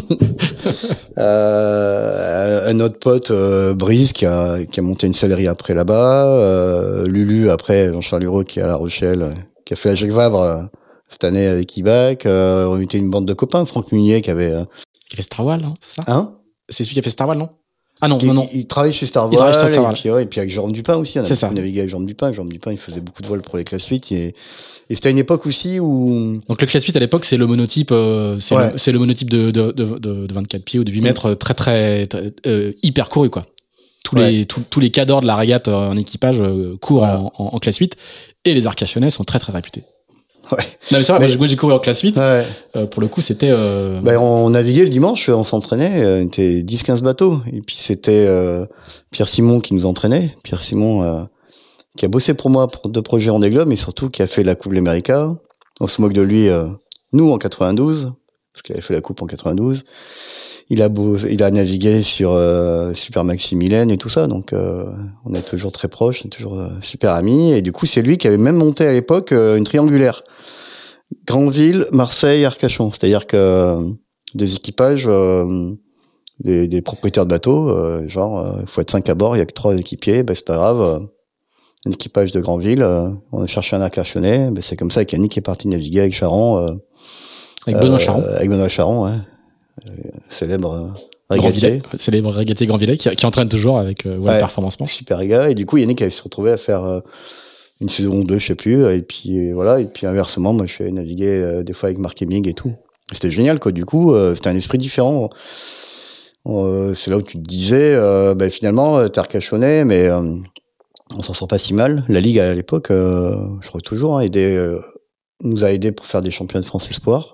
euh, un autre pote, euh, Brice, qui a, qui a monté une sellerie après là-bas. Euh, Lulu, après, Jean-Charles Hureau, qui est à La Rochelle, qui a fait la Jacques Vabre euh, cette année avec Ibac. Euh, on était une bande de copains. Franck Munier, qui avait. Euh... Qui a fait Star Wars, non? C'est ça? Hein? C'est celui qui a fait Star Wars, non? Ah non, qui, non, non. Il, il travaille chez Star Wars. Il travaille chez Star Wars. Et puis, ouais, et puis avec Jérôme Dupin aussi. On a c'est ça. navigué avec Jérôme Dupin. Jérôme Dupin, il faisait beaucoup de vols pour les classes huit. Et, et c'était à une époque aussi où. Donc le classe huit à l'époque, c'est le monotype, euh, c'est, ouais. le, c'est le monotype de, de, de, de, de vingt-quatre pieds ou de huit mètres, très, très, très euh, hyper couru, quoi. Tous ouais. les, tous, tous les cadors de la régate en équipage euh, courent voilà. en, en, en classe huit. Et les Arcachonnais sont très, très réputés. Ouais. Non, mais c'est vrai, mais... moi j'ai couru en classe huit. Ouais. Euh, pour le coup, c'était. Euh... Ben, on naviguait le dimanche, on s'entraînait, on était dix quinze bateaux. Et puis c'était euh, Pierre Simon qui nous entraînait. Pierre Simon euh, qui a bossé pour moi pour deux projets Vendée Globe, mais surtout qui a fait la Coupe de l'Amérique. On se moque de lui, euh, nous en quatre-vingt-douze, parce qu'il avait fait la Coupe en quatre-vingt-douze. Il a bossé, il a navigué sur euh, Super Maximilien et tout ça, donc euh, on est toujours très proches, on est toujours euh, super amis. Et du coup, c'est lui qui avait même monté à l'époque euh, une triangulaire. Granville, Marseille, Arcachon. C'est-à-dire que euh, des équipages, euh, des, des propriétaires de bateaux, euh, genre, il euh, faut être cinq à bord, il y a que trois équipiers, ben c'est pas grave. Euh, un équipage de Granville, euh, on a cherché un Arcachonnais, ben c'est comme ça qu'Yannick est parti naviguer avec Charon. Euh, avec Benoît euh, Charon. Avec Benoît Charon, ouais. Euh, célèbre euh, régatier. Célèbre régatier Granvillais qui, qui entraîne toujours avec euh, Voile ouais, Performance Manche. Super gars. Et du coup, Yannick allait se retrouver à faire euh, une saison ou deux, je sais plus. Et puis voilà. Et puis inversement, moi, je suis allé naviguer euh, des fois avec Marc Heming et tout. C'était génial, quoi. Du coup, euh, c'était un esprit différent. Euh, c'est là où tu te disais, euh, ben, finalement, t'es Arcachonnais, mais euh, on s'en sort pas si mal. La Ligue à l'époque, euh, je crois toujours, hein, aidé, euh, nous a aidé pour faire des championnats de France Espoir.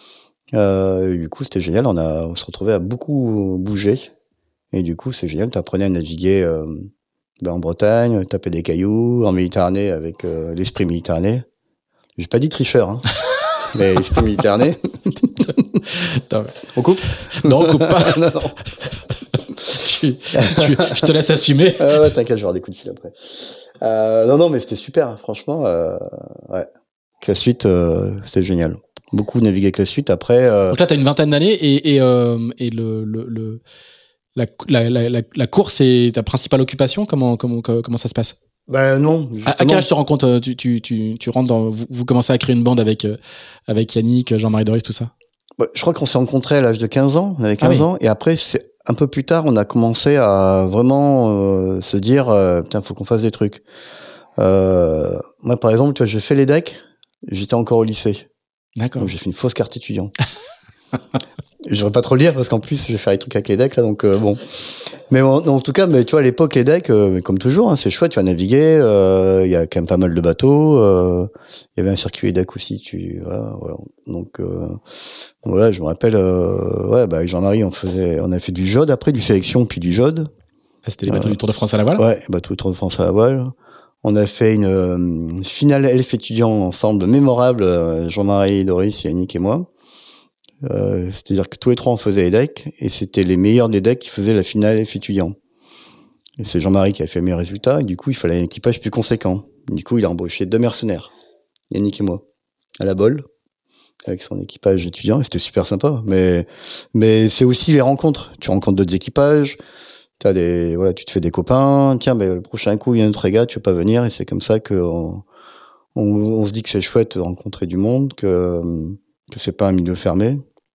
Euh, du coup, c'était génial. On a, on se retrouvait à beaucoup bouger. Et du coup, c'est génial. T'apprenais à naviguer euh, ben, en Bretagne, taper des cailloux, en Méditerranée avec euh, l'esprit méditerranéen. J'ai pas dit tricheur, hein, mais l'esprit méditerranéen. On coupe? Non, on coupe pas. non, non. tu, tu, je te laisse assumer. Ah ouais, t'inquiète, je vais avoir des coups de fil après. Euh, non, non, mais c'était super, hein, franchement. Euh, ouais. Classe huit, euh, c'était génial. Beaucoup navigué avec la suite. Après. Euh... Donc là, t'as une vingtaine d'années et et euh, et le le, le la, la la la la course est ta principale occupation. Comment comment comment ça se passe? Ben non. À, à quel âge tu rencontres tu tu tu tu rentres dans vous, vous commencez à créer une bande avec avec Yannick, Jean-Marie Doris, tout ça? Ouais, je crois qu'on s'est rencontrés à l'âge de quinze ans. On avait quinze ah oui. ans et après c'est un peu plus tard on a commencé à vraiment euh, se dire euh, putain faut qu'on fasse des trucs. Euh, moi par exemple tu vois j'ai fait les decks. J'étais encore au lycée. D'accord. Donc j'ai fait une fausse carte étudiant. Je vais pas trop le dire parce qu'en plus je vais faire des trucs avec les decks là donc euh, bon. Mais en, en tout cas mais tu vois à l'époque les decks euh, comme toujours hein, c'est chouette tu vas naviguer il euh, y a quand même pas mal de bateaux il euh, y avait un circuit deck aussi tu voilà, voilà. Donc euh, voilà je me rappelle euh, ouais bah avec Jean-Marie on faisait on a fait du jode après du sélection puis du jode. Ah, c'était les bateaux euh, du Tour de France à la voile. Ouais bateau du Tour de France à la voile. On a fait une euh, finale elf étudiant ensemble mémorable, euh, Jean-Marie, Doris, Yannick et moi. Euh, c'est-à-dire que tous les trois on faisait les decks et c'était les meilleurs des decks qui faisaient la finale F étudiant. Et c'est Jean-Marie qui avait fait le meilleur résultat et du coup il fallait un équipage plus conséquent. Du coup il a embauché deux mercenaires, Yannick et moi, à la Bolle avec son équipage étudiant et c'était super sympa. Mais mais c'est aussi les rencontres. Tu rencontres d'autres équipages, t'as des voilà, tu te fais des copains. Tiens, ben le prochain coup il y a un autre gars, tu veux pas venir et c'est comme ça que on, on, on se dit que c'est chouette de rencontrer du monde, que que c'est pas un milieu fermé.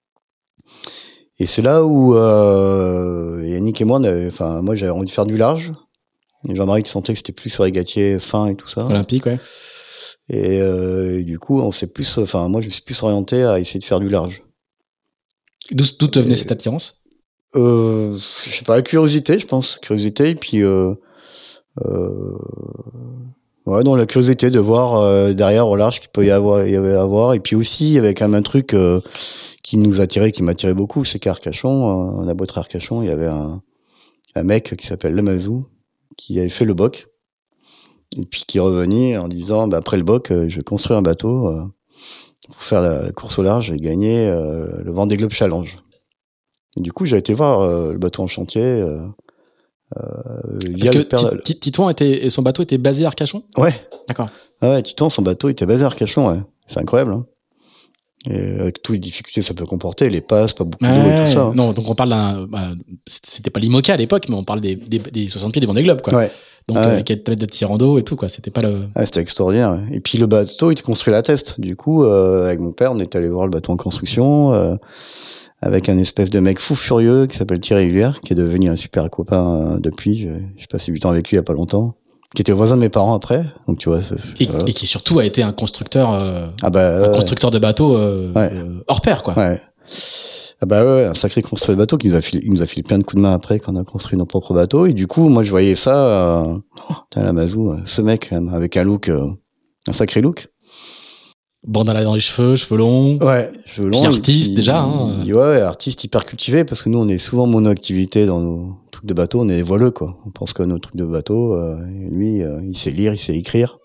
Et c'est là où euh, Yannick et moi, on avait, enfin moi j'avais envie de faire du large. Et Jean-Marie qui sentait que c'était plus sur les gâtiers fins et tout ça. Olympique, ouais. Et, euh, et du coup, on s'est plus, enfin moi je me suis plus orienté à essayer de faire du large. D'où, d'où te venait et, cette attirance? euh, Je sais pas, la curiosité, je pense, curiosité, et puis euh, euh, ouais, non, la curiosité de voir euh, derrière au large qu'il peut y avoir, il y avait à voir, et puis aussi il y avait quand même un truc. Euh, qui nous attirait, qui m'attirait beaucoup, c'est qu'à Arcachon, euh, on a beau être à Arcachon, il y avait un, un mec qui s'appelle Lemazou, qui avait fait le boc, et puis qui revenait en disant, bah, après le boc, euh, je construis un bateau euh, pour faire la, la course au large et gagner euh, le Vendée Globe Challenge. Et du coup, j'ai été voir euh, le bateau en chantier. Euh, euh, Parce que père... T- Titouan était, et son bateau était basé à Arcachon? Ouais. D'accord. Ah ouais, Titouan, son bateau était basé à Arcachon, ouais. C'est incroyable, hein. Et avec toutes les difficultés que ça peut comporter, les passes, pas beaucoup d'eau ouais, et tout ça. Hein. Non, donc on parle d'un, bah, c'était pas l'IMOCA à l'époque, mais on parle des, des, des soixante pieds des Vendée Globe, quoi. Ouais. Donc, ouais. euh, avec être de tirant d'eau et tout, quoi. C'était pas le. Ouais, c'était extraordinaire. Et puis le bateau, il était construit à la teste. Du coup, euh, avec mon père, on est allé voir le bateau en construction, euh, avec un espèce de mec fou furieux qui s'appelle Thierry Hulière, qui est devenu un super copain euh, depuis. J'ai passé du temps avec lui il y a pas longtemps. Qui était voisin de mes parents après, donc tu vois. C'est, et, voilà. et qui surtout a été un constructeur, euh, ah bah, un ouais. constructeur de bateaux euh, ouais. euh, hors pair, quoi. Ouais. Ah bah ouais, un sacré constructeur de bateau qui nous a filé, il nous a filé plein de coups de main après quand on a construit nos propres bateaux. Et du coup, moi je voyais ça, euh, oh, la Mazou, ce mec avec un look, euh, un sacré look. Bandana dans les cheveux, cheveux longs. Ouais, cheveux longs. Puis artiste, il, déjà. Hein. Il, ouais, artiste hyper cultivé, parce que nous, on est souvent mono-activité dans nos trucs de bateau, on est voileux, quoi. On pense que nos trucs de bateau, euh, lui, euh, il sait lire, il sait écrire.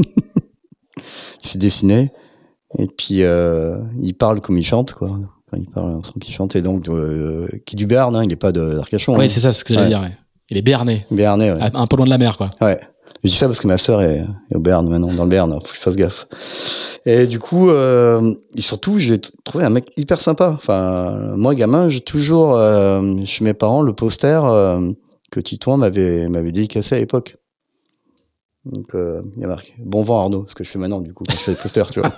Il sait dessiner. Et puis, euh, il parle comme il chante, quoi. Quand il parle, on sent qu'il chante. Et donc, euh, qui du Béarn, hein, il est pas de, d'Arcachon. Ouais, hein. c'est ça, c'est ce que j'allais ouais. dire, ouais. Il est béarnais. Béarnais, ouais. Un peu loin de la mer, quoi. Ouais. Je dis ça parce que ma sœur est, est au Béarn maintenant, dans le Béarn, faut que je fasse gaffe. Et du coup, euh, et surtout, j'ai trouvé un mec hyper sympa. Enfin, moi, gamin, j'ai toujours, euh, chez mes parents, le poster euh, que Titouan m'avait, m'avait dédicacé à l'époque. Donc, il euh, y a marqué « Bon vent Arnaud », ce que je fais maintenant, du coup, quand je fais des posters, tu vois.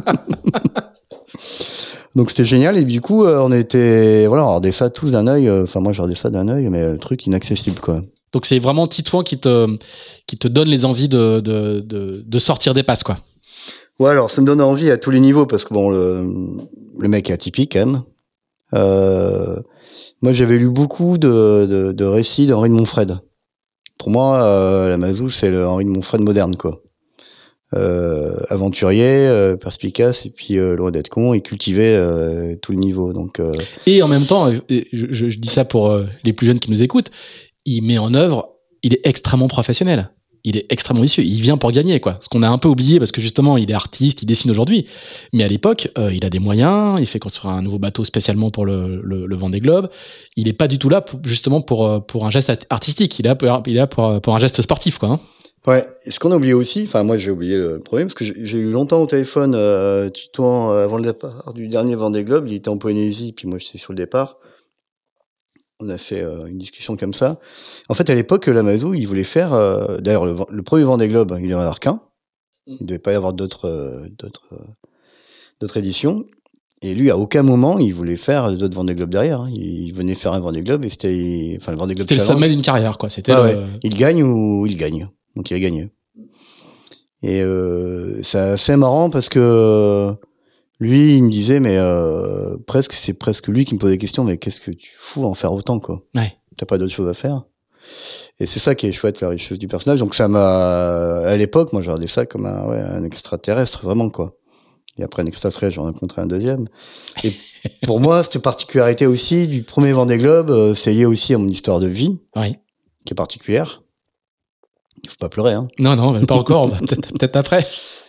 Donc, c'était génial. Et du coup, euh, on était, voilà, on regardait ça tous d'un œil. Enfin, euh, moi, je regardais ça d'un œil, mais le truc inaccessible, quoi. Donc c'est vraiment Titouan qui te qui te donne les envies de de de, de sortir des passes, quoi. Ouais, alors ça me donne envie à tous les niveaux parce que bon, le le mec est atypique quand même. Euh, moi, j'avais lu beaucoup de de, de récits d'Henri de Montfred. Pour moi, euh, la Mazou, c'est le Henri de Montfred moderne, quoi. Euh, aventurier, euh, perspicace et puis euh, loin d'être con et cultivé euh, tout le niveau. Donc euh... et en même temps, je, je, je dis ça pour euh, les plus jeunes qui nous écoutent. Il met en œuvre, il est extrêmement professionnel. Il est extrêmement vicieux. Il vient pour gagner, quoi. Ce qu'on a un peu oublié parce que justement, il est artiste, il dessine aujourd'hui. Mais à l'époque, euh, il a des moyens. Il fait construire un nouveau bateau spécialement pour le, le, le Vendée Globe. Il est pas du tout là pour, justement pour pour un geste artistique. Il est là pour, il est là pour, pour un geste sportif, quoi. Hein. Ouais. Et ce qu'on a oublié aussi, enfin moi j'ai oublié le problème parce que j'ai, j'ai eu longtemps au téléphone euh, Titouan euh, avant le départ du dernier Vendée Globe. Il était en Polynésie, puis moi j'étais sur le départ. On a fait euh, une discussion comme ça. En fait, à l'époque, la Mazou, il voulait faire... Euh, d'ailleurs, le, le premier Vendée Globe, il en avait qu'un. Il ne devait pas y avoir d'autres, euh, d'autres, euh, d'autres éditions. Et lui, à aucun moment, il voulait faire d'autres Vendée Globe derrière. Hein. Il, il venait faire un Vendée Globe et c'était... Enfin, le Vendée Globe C'était Challenge. le sommet d'une carrière, quoi. C'était ah, le... ouais. Il gagne ou il gagne. Donc, il a gagné. Et euh, c'est assez marrant parce que... Lui, il me disait, mais euh, presque, c'est presque lui qui me posait des questions, mais qu'est-ce que tu fous à en faire autant, quoi? Ouais. T'as pas d'autre chose à faire. Et c'est ça qui est chouette, la richesse du personnage. Donc ça m'a, à l'époque, moi, j'ai regardé ça comme un, ouais, un extraterrestre, vraiment, quoi. Et après un extraterrestre, j'en ai rencontré un deuxième. Et pour moi, cette particularité aussi du premier Vendée Globe, euh, c'est lié aussi à mon histoire de vie. Oui. Qui est particulière. Il faut pas pleurer, hein. Non, non, pas encore. Peut-être, peut-être après.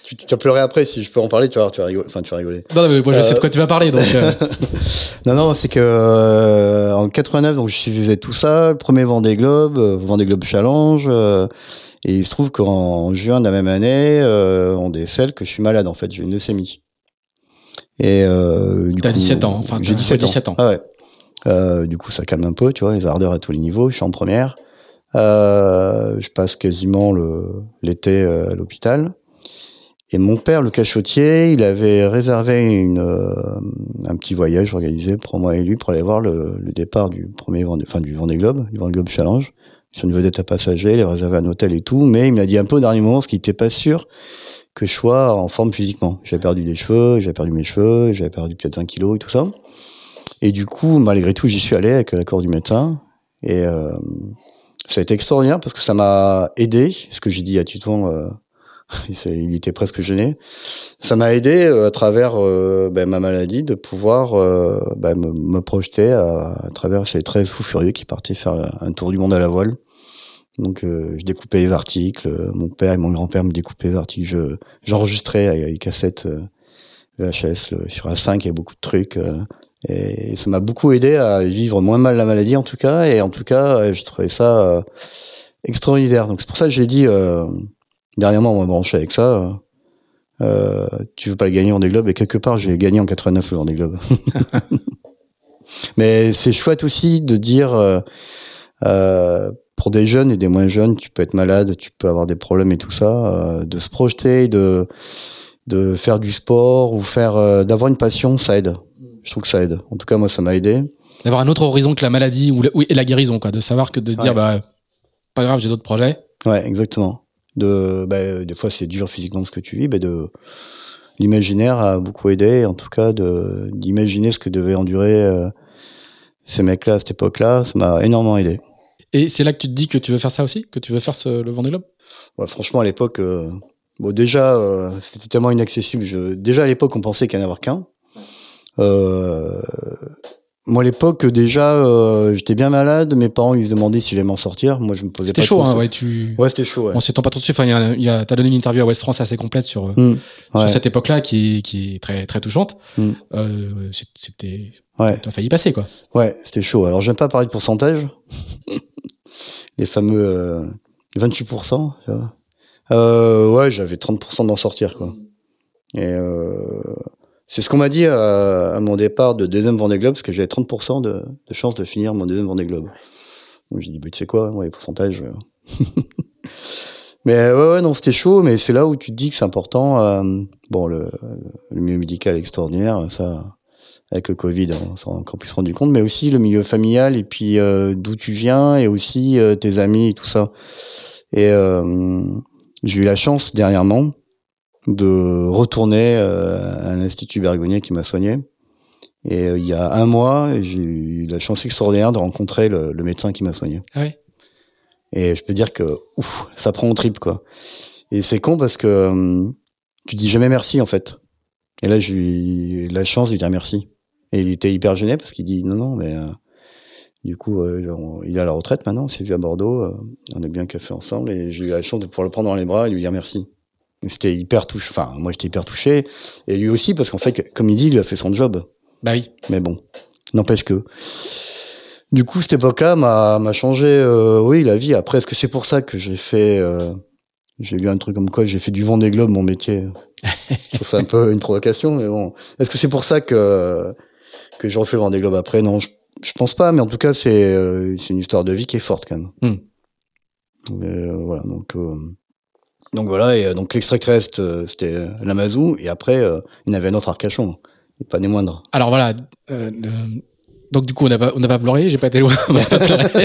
tu, tu as pleuré après, si je peux en parler, tu vas, tu vas rigoler. Enfin, tu vas rigoler. Non, mais moi, je euh... sais de quoi tu vas parler, donc. Euh... non, non, c'est que euh, en quatre-vingt-neuf, donc je suivais tout ça, le premier Vendée Globe, euh, Vendée Globe Challenge, euh, et il se trouve qu'en juin de la même année, euh, on décèle que je suis malade, en fait, j'ai une leucémie. Et euh, du t'as coup, dix-sept ans, enfin, j'ai dix-sept, dix-sept ans. ans. Ah ouais. Euh, du coup, ça calme un peu, tu vois, les ardeurs à tous les niveaux. Je suis en première. Euh, je passe quasiment le l'été euh, à l'hôpital. Et mon père, le cachotier, il avait réservé une euh, un petit voyage organisé pour moi et lui pour aller voir le, le départ du premier Vendée, enfin du Vendée Globe, du Vendée Globe Challenge. Sur une vedette à passager, il a réservé un hôtel et tout, mais il m'a dit un peu au dernier moment, parce qu'il n'était pas sûr que je sois en forme physiquement. J'avais perdu des cheveux, j'avais perdu mes cheveux, j'avais perdu peut-être vingt kilos et tout ça. Et du coup, malgré tout, j'y suis allé avec l'accord du médecin. Et euh, ça a été extraordinaire parce que ça m'a aidé. Ce que j'ai dit à Tuton, euh, il était presque gêné. Ça m'a aidé euh, à travers euh, ben, ma maladie de pouvoir euh, ben, me, me projeter à, à travers ces treize fous furieux qui partaient faire un tour du monde à la voile. Donc, euh, je découpais les articles. Mon père et mon grand-père me découpaient les articles. Je, j'enregistrais avec les cassettes euh, V H S. Le, sur A cinq, il y a beaucoup de trucs. Euh, et ça m'a beaucoup aidé à vivre moins mal la maladie, en tout cas. Et en tout cas, j'ai trouvé ça euh, extraordinaire. Donc, c'est pour ça que j'ai dit, euh, dernièrement, on m'a branché avec ça. Euh, tu veux pas le gagner en Vendée Globe? Et quelque part, j'ai gagné en quatre-vingt-neuf le Vendée Globe. Mais c'est chouette aussi de dire... Euh, euh, pour des jeunes et des moins jeunes, tu peux être malade, tu peux avoir des problèmes et tout ça, euh, de se projeter, de de faire du sport ou faire euh, d'avoir une passion, ça aide. Je trouve que ça aide. En tout cas, moi, ça m'a aidé. D'avoir un autre horizon que la maladie ou la, oui, et la guérison, quoi. De savoir que de dire, ouais. bah, pas grave, j'ai d'autres projets. Ouais, exactement. De, bah, des fois, c'est dur physiquement ce que tu vis, mais de l'imaginaire a beaucoup aidé. En tout cas, de d'imaginer ce que devaient endurer euh, ces mecs-là à cette époque-là, ça m'a énormément aidé. Et c'est là que tu te dis que tu veux faire ça aussi, que tu veux faire ce, le Vendée Globe? Ouais, franchement, à l'époque, euh, bon, déjà, euh, c'était tellement inaccessible. Je, déjà à l'époque, on pensait qu'il n'y en avait qu'un. Euh, moi, à l'époque, déjà, euh, j'étais bien malade. Mes parents, ils se demandaient si j'allais m'en sortir. Moi, je me posais c'était pas. C'était chaud, hein, ce... ouais. Tu. Ouais, c'était chaud. Ouais. On s'étend pas trop dessus. Enfin, il y a, il y a, t'as donné une interview à Ouest France assez complète sur mmh, sur ouais. cette époque-là, qui est qui est très très touchante. Mmh. Euh, c'était. Ouais. T'as failli passer, quoi. Ouais, c'était chaud. Alors, j'aime pas parler de pourcentage. Les fameux euh, vingt-huit pour cent, tu vois. Euh, ouais, j'avais trente pour cent d'en sortir, quoi. Et euh, c'est ce qu'on m'a dit à, à mon départ de deuxième Vendée Globe, parce que j'avais trente pour cent de, de chance de finir mon deuxième Vendée Globe. Donc j'ai dit, bah, tu sais quoi, moi, les pourcentages... Euh... mais ouais, ouais, non, c'était chaud, mais c'est là où tu te dis que c'est important. Euh, bon, le, le milieu médical est extraordinaire, ça... Avec le Covid, on s'en est encore plus rendu compte, mais aussi le milieu familial et puis euh, d'où tu viens et aussi euh, tes amis et tout ça. Et euh, j'ai eu la chance dernièrement de retourner euh, à l'Institut Bergonié qui m'a soigné. Et euh, il y a un mois, j'ai eu la chance extraordinaire de rencontrer le, le médecin qui m'a soigné. Ah oui. Et je peux dire que ouf, ça prend au trip, quoi. Et c'est con parce que euh, tu dis jamais merci en fait. Et là, j'ai eu la chance de lui dire merci. Et il était hyper gêné parce qu'il dit non, non, mais euh, du coup, euh, on, il est à la retraite maintenant, on s'est vu à Bordeaux, euh, on a bu un café ensemble et j'ai eu la chance de pouvoir le prendre dans les bras et lui dire merci. Et c'était hyper touché, enfin, moi j'étais hyper touché, et lui aussi parce qu'en fait, comme il dit, il a fait son job. Bah oui. Mais bon, n'empêche que. Du coup, cette époque-là m'a, m'a changé, euh, oui, la vie. Après, est-ce que c'est pour ça que j'ai fait, euh, j'ai lu un truc comme quoi j'ai fait du Vendée Globe mon métier? Je trouve ça un peu une provocation, mais bon. Est-ce que c'est pour ça que que j'ai refait le Vendée Globe après? Non, je, je pense pas, mais en tout cas, c'est euh, c'est une histoire de vie qui est forte quand même. Mm. Mais, euh, voilà, donc euh, donc voilà, et donc l'extraterrestre, euh, c'était Lamazou, et après, euh, il y en avait un autre Arcachon, et pas des moindres. Alors voilà. Euh, le... Donc du coup, on n'a pas, on n'a pas pleuré, j'ai pas été loin, on n'a pas pleuré.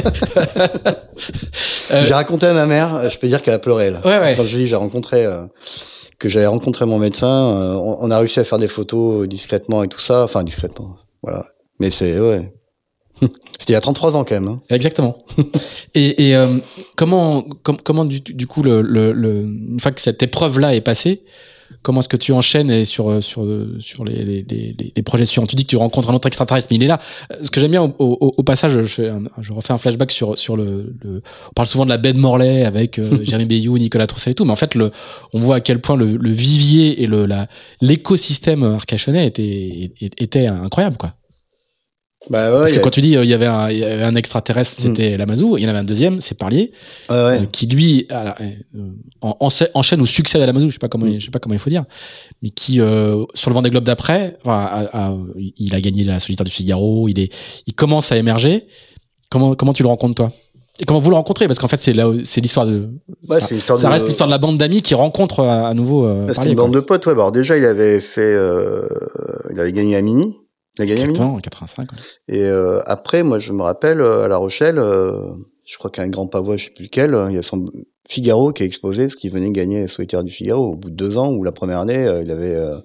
euh... J'ai raconté à ma mère, je peux dire qu'elle a pleuré là. Ouais, ouais. Quand je dis j'ai rencontré, euh, que j'avais rencontré mon médecin, euh, on, on a réussi à faire des photos discrètement et tout ça, enfin discrètement, voilà. Mais c'est ouais, c'était il y a trente-trois ans quand même. Hein. Exactement. et et euh, comment com, comment du, du coup le, le, le une fois que cette épreuve là est passée, comment est-ce que tu enchaînes et sur sur sur les les les, les projets suivants. Tu dis que tu rencontres un autre extraterrestre, mais il est là. Ce que j'aime bien au, au, au passage, je, fais un, je refais un flashback sur sur le, le on parle souvent de la baie de Morlaix avec euh, Jérémy Bayou, Nicolas Troussel et tout, mais en fait le on voit à quel point le, le vivier et le la l'écosystème arcachonnais était était incroyable, quoi. Bah ouais, Parce que a... quand tu dis il y avait un, il y avait un extraterrestre, c'était mmh. Lamazou, il y en avait un deuxième, c'est Parlier, ouais, ouais. Euh, qui lui euh, en, en, enchaîne ou succède à Lamazou, je sais pas comment, mmh. je sais pas comment il faut dire, mais qui euh, sur le Vendée Globe d'après, a, a, a, il a gagné la Solitaire du Figaro, il est, il commence à émerger. Comment comment tu le rencontres toi? Et comment vous le rencontrez? Parce qu'en fait c'est là, c'est l'histoire de, ouais, ça, c'est l'histoire ça de... reste l'histoire de la bande d'amis qui rencontre à, à nouveau. Euh, bah, c'est une bande de potes, ouais. Bah, alors déjà il avait fait, euh, il avait gagné à Mini. Il a gagné Exactement, en quatre-vingt-cinq. Ouais. Et euh, après, moi, je me rappelle, euh, à La Rochelle, euh, je crois qu'il y a un grand pavois, je sais plus lequel, euh, il y a son Figaro qui a exposé, parce qu'il venait gagner la Solitaire du Figaro au bout de deux ans, ou la première année, euh, il avait... Euh...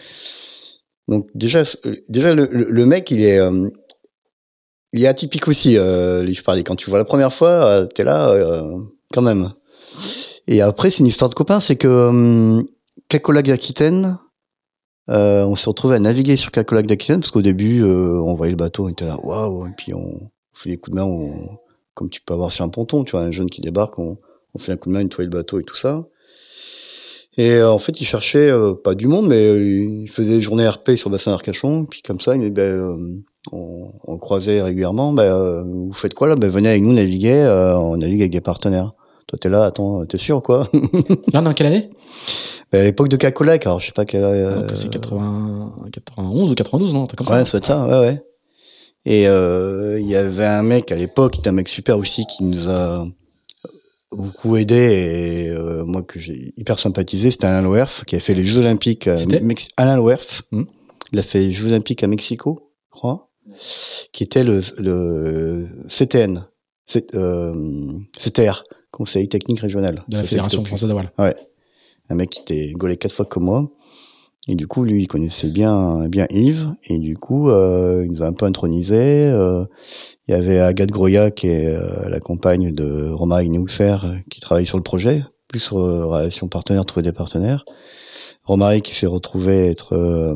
Donc déjà, euh, déjà le, le, le mec, il est... Euh, il est atypique aussi, euh, je parlais. Quand tu vois la première fois, euh, t'es là, euh, quand même. Et après, c'est une histoire de copains, c'est que euh, Cacolac d'Aquitaine... Euh, on s'est retrouvé à naviguer sur Cacolac d'Aquitaine parce qu'au début, euh, on voyait le bateau, on était là, waouh, et puis on, on fait des coups de main, on, comme tu peux avoir sur un ponton, tu vois, un jeune qui débarque, on, on fait un coup de main, nettoyer le bateau et tout ça. Et euh, en fait, il cherchait euh, pas du monde, mais euh, il faisait des journées R P sur le bassin d'Arcachon, puis comme ça, il, ben, euh, on, on le croisait régulièrement. Ben, euh, vous faites quoi là? Ben, venez avec nous naviguer, euh, on navigue avec des partenaires. Toi, t'es là, attends, t'es sûr quoi? Non, dans quelle année? À l'époque de Cacolac, alors je sais pas quelle. Euh... Donc c'est quatre-vingts, quatre-vingt-onze ou quatre-vingt-douze, non? Comme ouais, ça. ça doit être ça, ouais, ouais. Et euh, il y avait un mec à l'époque, qui était un mec super aussi, qui nous a beaucoup aidé et euh, moi que j'ai hyper sympathisé, c'était Alain Loerf, qui a fait les Jeux Olympiques. C'était Mex- Alain Loerf, mmh. il a fait les Jeux Olympiques à Mexico, je crois, qui était le, le C T N, C, euh, C T R, Conseil Technique Régional. De la Fédération Française de Voile. Ouais. Un mec qui était gaulé quatre fois comme moi. Et du coup, lui, il connaissait bien, bien Yves. Et du coup, euh, il nous a un peu intronisé. Euh, il y avait Agathe Groya, qui est euh, la compagne de Romaric Neusser, qui travaille sur le projet, plus sur euh, relation partenaire, trouver des partenaires. Romaric qui s'est retrouvé être, euh,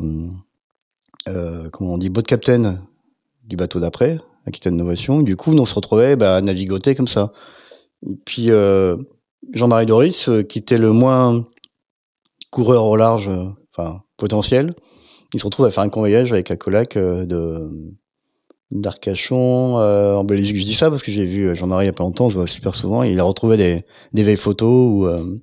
euh, comment on dit, boat captain du bateau d'après, Aquitaine Novation. Du coup, nous, on se retrouvait bah, à navigoter comme ça. Et puis, euh, Jean-Marie Doris, euh, qui était le moins coureur au large, euh, enfin potentiel, il se retrouve à faire un convoyage avec Cacolac euh, de d'Arcachon euh, en Belgique. Je dis ça parce que j'ai vu Jean-Marie il y a pas longtemps, je vois super souvent, et il a retrouvé des des vieilles photos où euh,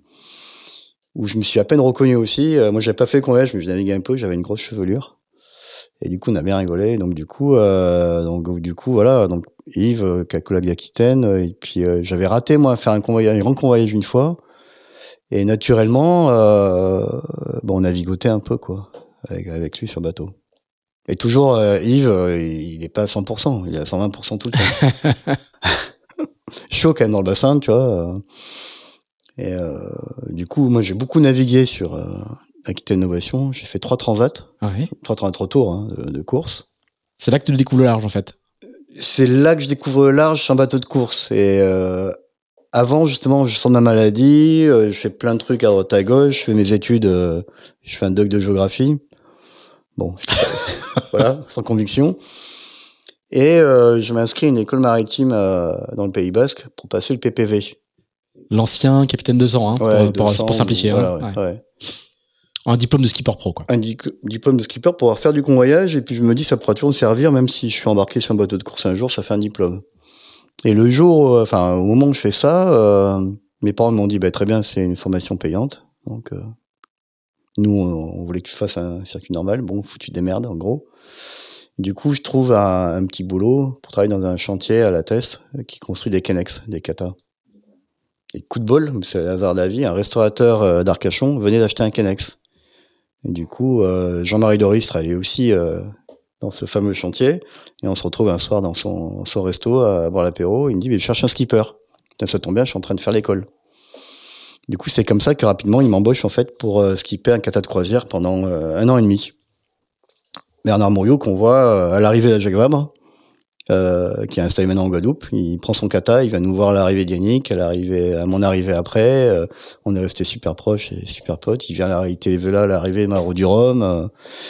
où je me suis à peine reconnu aussi. Euh, moi, j'avais pas fait le convoyage, mais je naviguais un peu, j'avais une grosse chevelure. Et du coup, on a bien rigolé. Donc du coup, euh, donc du coup, voilà. Donc Yves, Cacolac d'Aquitaine, et puis euh, j'avais raté moi faire un convoyage, un grand convoyage une fois. Et naturellement, euh, bon, on a vigoté un peu, quoi, avec, avec lui sur bateau. Et toujours, euh, Yves, euh, il est pas à cent pour cent, il est à cent vingt pour cent tout le temps. Chaud quand même dans le bassin, tu vois. Et euh, du coup, moi, j'ai beaucoup navigué sur euh, Aquitaine Novation. J'ai fait trois transats, ah oui. trois transats retours hein, de, de course. C'est là que tu découvres le large, en fait. C'est là que je découvre le large sur un bateau de course. Et euh, avant, justement, je sens ma maladie, euh, je fais plein de trucs à droite à gauche, je fais mes études, euh, je fais un doc de géographie. Bon, voilà, sans conviction. Et euh, je m'inscris à une école maritime euh, dans le Pays Basque pour passer le P P V. L'ancien capitaine deux cents, hein, ouais, pour, deux cents, pour, pour simplifier. Voilà, hein, ouais, ouais. Ouais. Un diplôme de skipper pro, quoi. Un di- diplôme de skipper pour pouvoir faire du convoyage, et puis je me dis ça pourra toujours me servir, même si je suis embarqué sur un bateau de course un jour, ça fait un diplôme. Et le jour, enfin au moment où je fais ça, euh, mes parents m'ont dit bah très bien, c'est une formation payante, donc euh, nous on, on voulait que tu fasses un circuit normal, bon foutu des merdes en gros. Du coup je trouve un, un petit boulot pour travailler dans un chantier à la Teste qui construit des Kennex, des katas. Et coup de bol, c'est le hasard de la vie, un restaurateur euh, d'Arcachon venait d'acheter un Kennex. Et du coup euh, Jean-Marie Doris travaillait aussi euh, dans ce fameux chantier, et on se retrouve un soir dans son, son resto à boire l'apéro. Il me dit mais je cherche un skipper. Putain, ça tombe bien, je suis en train de faire l'école. Du coup c'est comme ça que rapidement il m'embauche en fait pour euh, skipper un kata de croisière pendant euh, un an et demi. Bernard Mouriot qu'on voit euh, à l'arrivée de Jacques Vabre, euh, qui est installé maintenant en Guadeloupe. Il prend son kata, il va nous voir à l'arrivée d'Yannick, à l'arrivée, à mon arrivée après. Euh, on est resté super proches et super potes. Il vient à l'arrivée, là, à l'arrivée Maro du Rhum. Euh,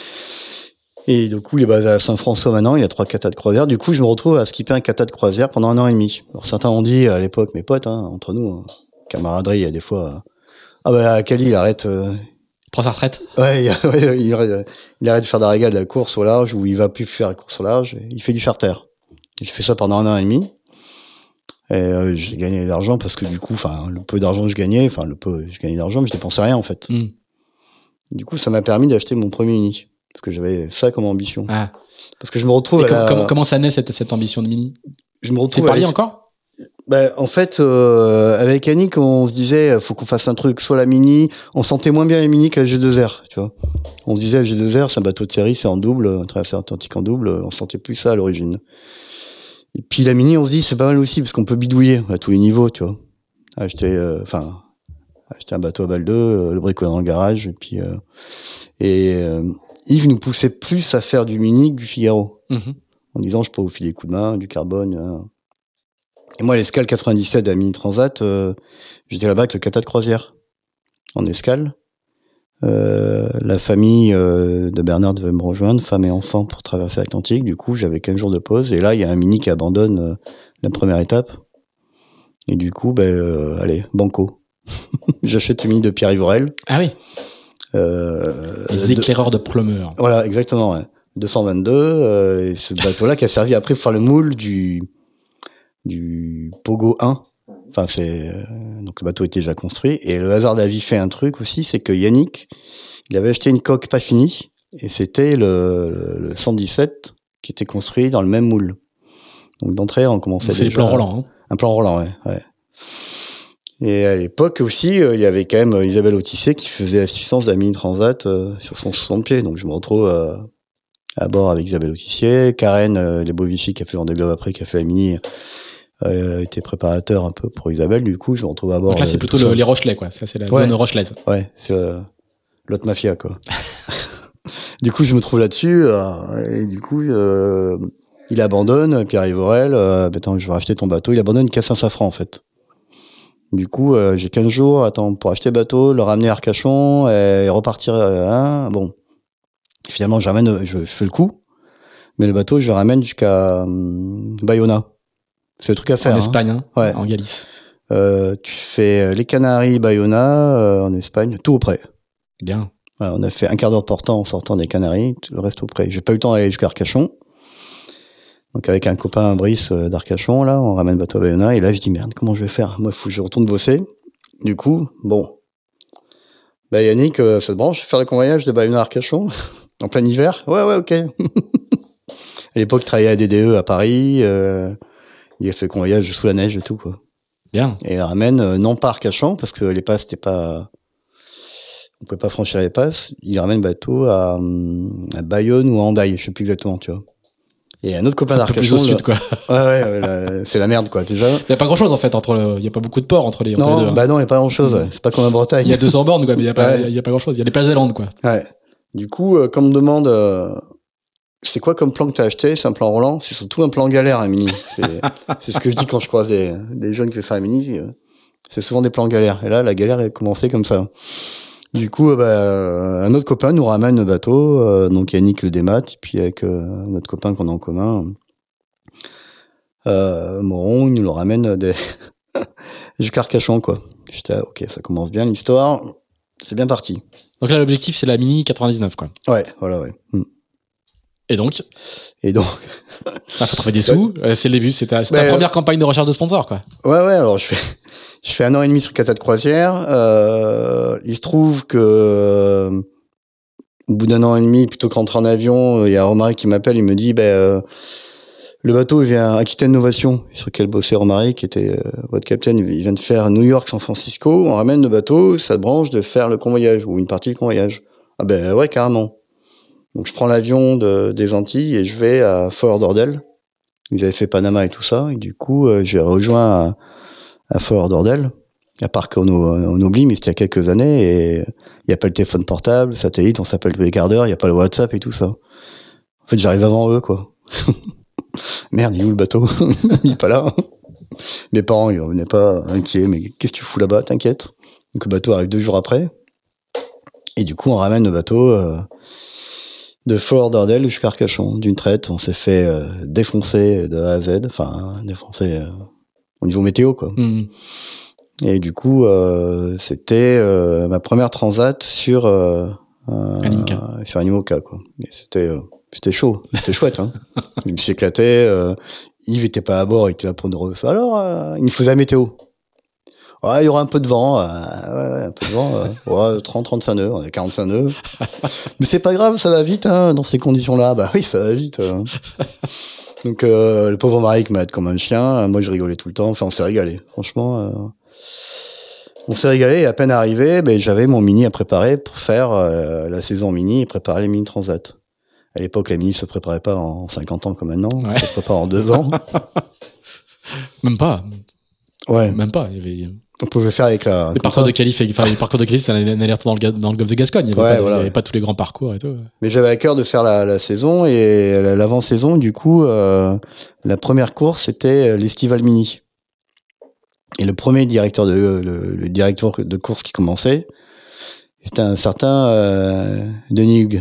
et du coup, il est basé à Saint-François maintenant. Il y a trois katas de croisière. Du coup, je me retrouve à skipper un kata de croisière pendant un an et demi. Alors, certains ont dit à l'époque, mes potes, hein, entre nous, hein, camaraderie, il y a des fois. Euh, ah bah, Kali, il arrête. Euh, il prend sa retraite. Ouais, il, ouais il, arrête, il arrête de faire de la régate, de la course au large, ou il va plus faire la course au large. Il fait du charter. J'ai fait ça pendant un an et demi. Et euh, j'ai gagné de l'argent parce que du coup, enfin, le peu d'argent que je gagnais, enfin, le peu, je gagnais d'argent, mais je dépensais rien en fait. Mm. Du coup, ça m'a permis d'acheter mon premier Mini parce que j'avais ça comme ambition. Ah. Parce que je me retrouve. Et à com- la... com- comment ça naît cette, cette ambition de Mini? Je me retrouve. C'est parlé la... encore? Ben, en fait, euh, avec Yannick, on se disait, faut qu'on fasse un truc, soit la Mini. On sentait moins bien la Mini que la G deux R, tu vois. On disait la G deux R, c'est un bateau de série, c'est en double, traversée atlantique en double. On sentait plus ça à l'origine. Et puis la Mini, on se dit, c'est pas mal aussi, parce qu'on peut bidouiller à tous les niveaux, tu vois. Acheter, enfin, euh, acheter un bateau à balle deux, euh, le bricoler dans le garage, et puis, euh, et euh, Yves nous poussait plus à faire du Mini que du Figaro. Mm-hmm. En disant, je peux vous filer des coups de main, du carbone. Hein. Et moi, l'escale quatre-vingt-dix-sept à Mini Transat, euh, j'étais là-bas avec le kata de croisière, en escale. Euh, la famille euh, de Bernard devait me rejoindre, femme et enfant, pour traverser l'Atlantique. Du coup, j'avais quinze jours de pause. Et là, il y a un Mini qui abandonne euh, la première étape. Et du coup, ben, euh, allez, banco. J'achète le Mini de Pierre Ivorel. Ah oui. Euh, Les éclaireurs de, de Plumeur. Voilà, exactement. Ouais. deux cent vingt-deux. Euh, et ce bateau-là qui a servi après pour faire le moule du du Pogo un. Enfin, c'est euh, donc le bateau était déjà construit. Et le hasard de la vie fait un truc aussi, c'est que Yannick, il avait acheté une coque pas finie, et c'était le, le cent dix-sept qui était construit dans le même moule. Donc d'entrée, on commençait. Donc c'est déjà les plans Roland. Hein. Un plan Roland, ouais, ouais. Et à l'époque aussi, euh, il y avait quand même Isabelle Autissier qui faisait assistance de la Mini Transat euh, sur son soixante pieds. Donc je me retrouve euh, à bord avec Isabelle Autissier, Karen euh, Lebovici qui a fait le Vendée Globe après, qui a fait la Mini. Euh, était préparateur un peu pour Isabelle, du coup je me retrouve à bord. Donc là c'est plutôt le, les Rochelais, quoi. Ça c'est la ouais. zone rochelaise. Ouais, c'est euh, l'autre mafia, quoi. Du coup je me trouve là-dessus euh, et du coup euh, il abandonne. Pierre Ivorel, euh, attends, je vais racheter ton bateau. Il abandonne Cassin Safran en fait. Du coup euh, j'ai quinze jours, attends, pour acheter le bateau, le ramener à Arcachon et repartir. Euh, hein, bon, finalement je ramène, je fais le coup, mais le bateau je le ramène jusqu'à euh, Bayona. C'est le truc à faire. En Espagne, hein, ouais. En Galice. Euh, tu fais les Canaries, Bayona, euh, en Espagne, tout au près. Bien. Voilà, on a fait un quart d'heure portant en sortant des Canaries, tout le reste au près. J'ai pas eu le temps d'aller jusqu'à Arcachon. Donc avec un copain Brice euh, d'Arcachon, là, on ramène le bateau à Bayona, et là je dis merde, comment je vais faire? Moi, il faut que je retourne bosser. Du coup, bon. Bah Yannick, euh, ça te branche, faire le convoyage de Bayona à Arcachon en plein hiver? Ouais, ouais, ok. À l'époque, je travaillais à D D E à Paris. Euh, Il a fait qu'on voyage sous la neige et tout, quoi. Bien. Et il ramène, euh, non pas Arcachon, parce que les passes, c'était pas, on pouvait pas franchir les passes. Il ramène le bateau à, à Bayonne ou à Hendaye, je sais plus exactement, tu vois. Et un autre copain d'Arcachon. Un peu plus au sud, quoi. Ouais, ouais, ouais là, c'est la merde, quoi, déjà. Il y a pas grand chose, en fait, entre le, il y a pas beaucoup de ports entre les, entre non, les deux. Bah hein. non, il y a pas grand chose, ouais. C'est pas comme à Bretagne. Il y a deux cents bornes, quoi, mais il y a pas, ouais. il y a pas grand chose. Il y a les plages d'Irlande, quoi. Ouais. Du coup, euh, quand on me demande, euh, c'est quoi comme plan que t'as acheté? C'est un plan Roland? C'est surtout un plan galère, un Mini. C'est, c'est ce que je dis quand je croise des, des jeunes qui veulent faire un Mini. C'est souvent des plans galères. Et là, la galère est commencée comme ça. Du coup, euh, bah, un autre copain nous ramène le bateau, euh, donc Yannick le démat, et puis avec euh, notre copain qu'on a en commun, euh, Moron, il nous le ramène des... jusqu'à Arcachon, quoi. J'étais, ah, ok, ça commence bien l'histoire. C'est bien parti. Donc là, l'objectif, c'est la Mini quatre-vingt-dix-neuf, quoi. Ouais, voilà, ouais. Hmm. Et donc Et donc ah, faut trouver des sous, ouais. C'est le début, c'est ta, c'est ta bah, première campagne de recherche de sponsor, quoi. Ouais, ouais, alors je fais, je fais un an et demi sur kata de croisière. Euh, il se trouve que, euh, au bout d'un an et demi, plutôt que rentrer en avion, il y a Romaric qui m'appelle, il me dit, ben, euh, le bateau il vient Aquitaine Novation, sur lequel bossait Romaric, qui était euh, votre capitaine, il vient de faire New York, San Francisco, on ramène le bateau, ça te branche de faire le convoyage, ou une partie du convoyage. Ah ben ouais, carrément. Donc je prends l'avion de, des Antilles et je vais à Fort Lauderdale. Ils avaient fait Panama et tout ça, et du coup euh, j'ai rejoint à, à Fort Lauderdale, à part qu'on on oublie, mais c'était il y a quelques années, et il n'y a pas le téléphone portable, satellite, on s'appelle tous les quarts d'heure, il n'y a pas le WhatsApp et tout ça. En fait j'arrive avant eux, quoi. Merde, il est où le bateau? Il est pas là. Mes parents, ils revenaient pas inquiets, mais qu'est-ce que tu fous là-bas? T'inquiète. Donc le bateau arrive deux jours après. Et du coup, on ramène le bateau euh, de Fort Lauderdale jusqu'à Arcachon, d'une traite. On s'est fait euh, défoncer de A à Z. Enfin, défoncer euh, au niveau météo, quoi. Mmh. Et du coup, euh, c'était euh, ma première transat sur euh, euh, Animoca. sur Animoca, quoi. Et c'était euh, c'était chaud, c'était chouette. Hein. Je me suis éclaté. Euh, Yves était pas à bord, il était là pour nous reçoit. Alors, euh, il nous faisait la météo. Ouais, il y aura un peu de vent. Euh, ouais, ouais, un peu de vent. Euh, ouais, trente, trente-cinq nœuds. On a quarante-cinq nœuds. Mais c'est pas grave, ça va vite, hein, dans ces conditions-là. Bah oui, ça va vite. Euh. Donc, euh, le pauvre Marik m'a comme un chien. Moi, je rigolais tout le temps. Enfin, on s'est régalé. Franchement, euh, on s'est régalé. Et à peine arrivé, ben, j'avais mon mini à préparer pour faire euh, la saison mini et préparer les mini transat. À l'époque, la mini se préparait pas en cinquante ans comme maintenant. Ouais. Ça se prépare en deux ans. Même pas. Ouais. Même pas. Il y avait... On pouvait faire avec la... Les parcours de qualif, enfin, les parcours de qualif, c'était un alerte dans le, dans le golfe de Gascogne. Il n'y avait, ouais, pas, voilà, il y avait ouais. pas tous les grands parcours et tout. Mais j'avais à cœur de faire la, la saison et l'avant-saison, du coup, euh, la première course, c'était l'Estival Mini. Et le premier directeur de, le, le directeur de course qui commençait, c'était un certain euh, Denis Hugues.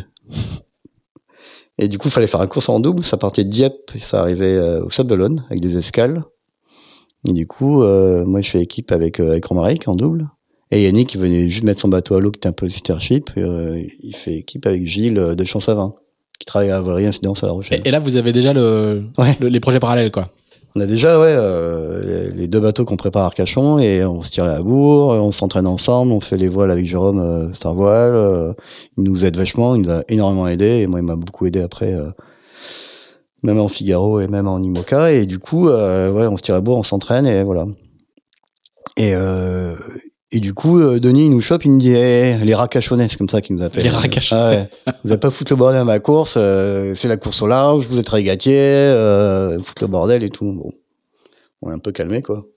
Et du coup, il fallait faire un course en double. Ça partait de Dieppe et ça arrivait euh, au Sable d'Olonne avec des escales. Et du coup, euh, moi, je fais équipe avec, euh, avec Romaric en double. Et Yannick, qui venait juste mettre son bateau à l'eau, qui était un peu le leadership. Euh, il fait équipe avec Gilles de Champsavin, qui travaille à Volerie Incidence à La Rochelle. Et, et là, vous avez déjà le, ouais. le, les projets parallèles, quoi. On a déjà, ouais, euh, les deux bateaux qu'on prépare à Arcachon et on se tire à la bourre, on s'entraîne ensemble, on fait les voiles avec Jérôme euh, Star Voile. Euh, il nous aide vachement, il nous a énormément aidé et moi, il m'a beaucoup aidé après. Euh, même en Figaro et même en Imoca, et du coup, euh, ouais, on se tire à bourre, on s'entraîne, et voilà. Et, euh, et du coup, euh, Denis, il nous chope, il nous dit, hey, les racachonnais, c'est comme ça qu'il nous appelle. Les racachonnais. Ah ouais. Vous n'avez pas foutre le bordel à ma course, euh, c'est la course au large, vous êtes régatier, euh, foutre le bordel et tout. Bon. On est un peu calmé, quoi.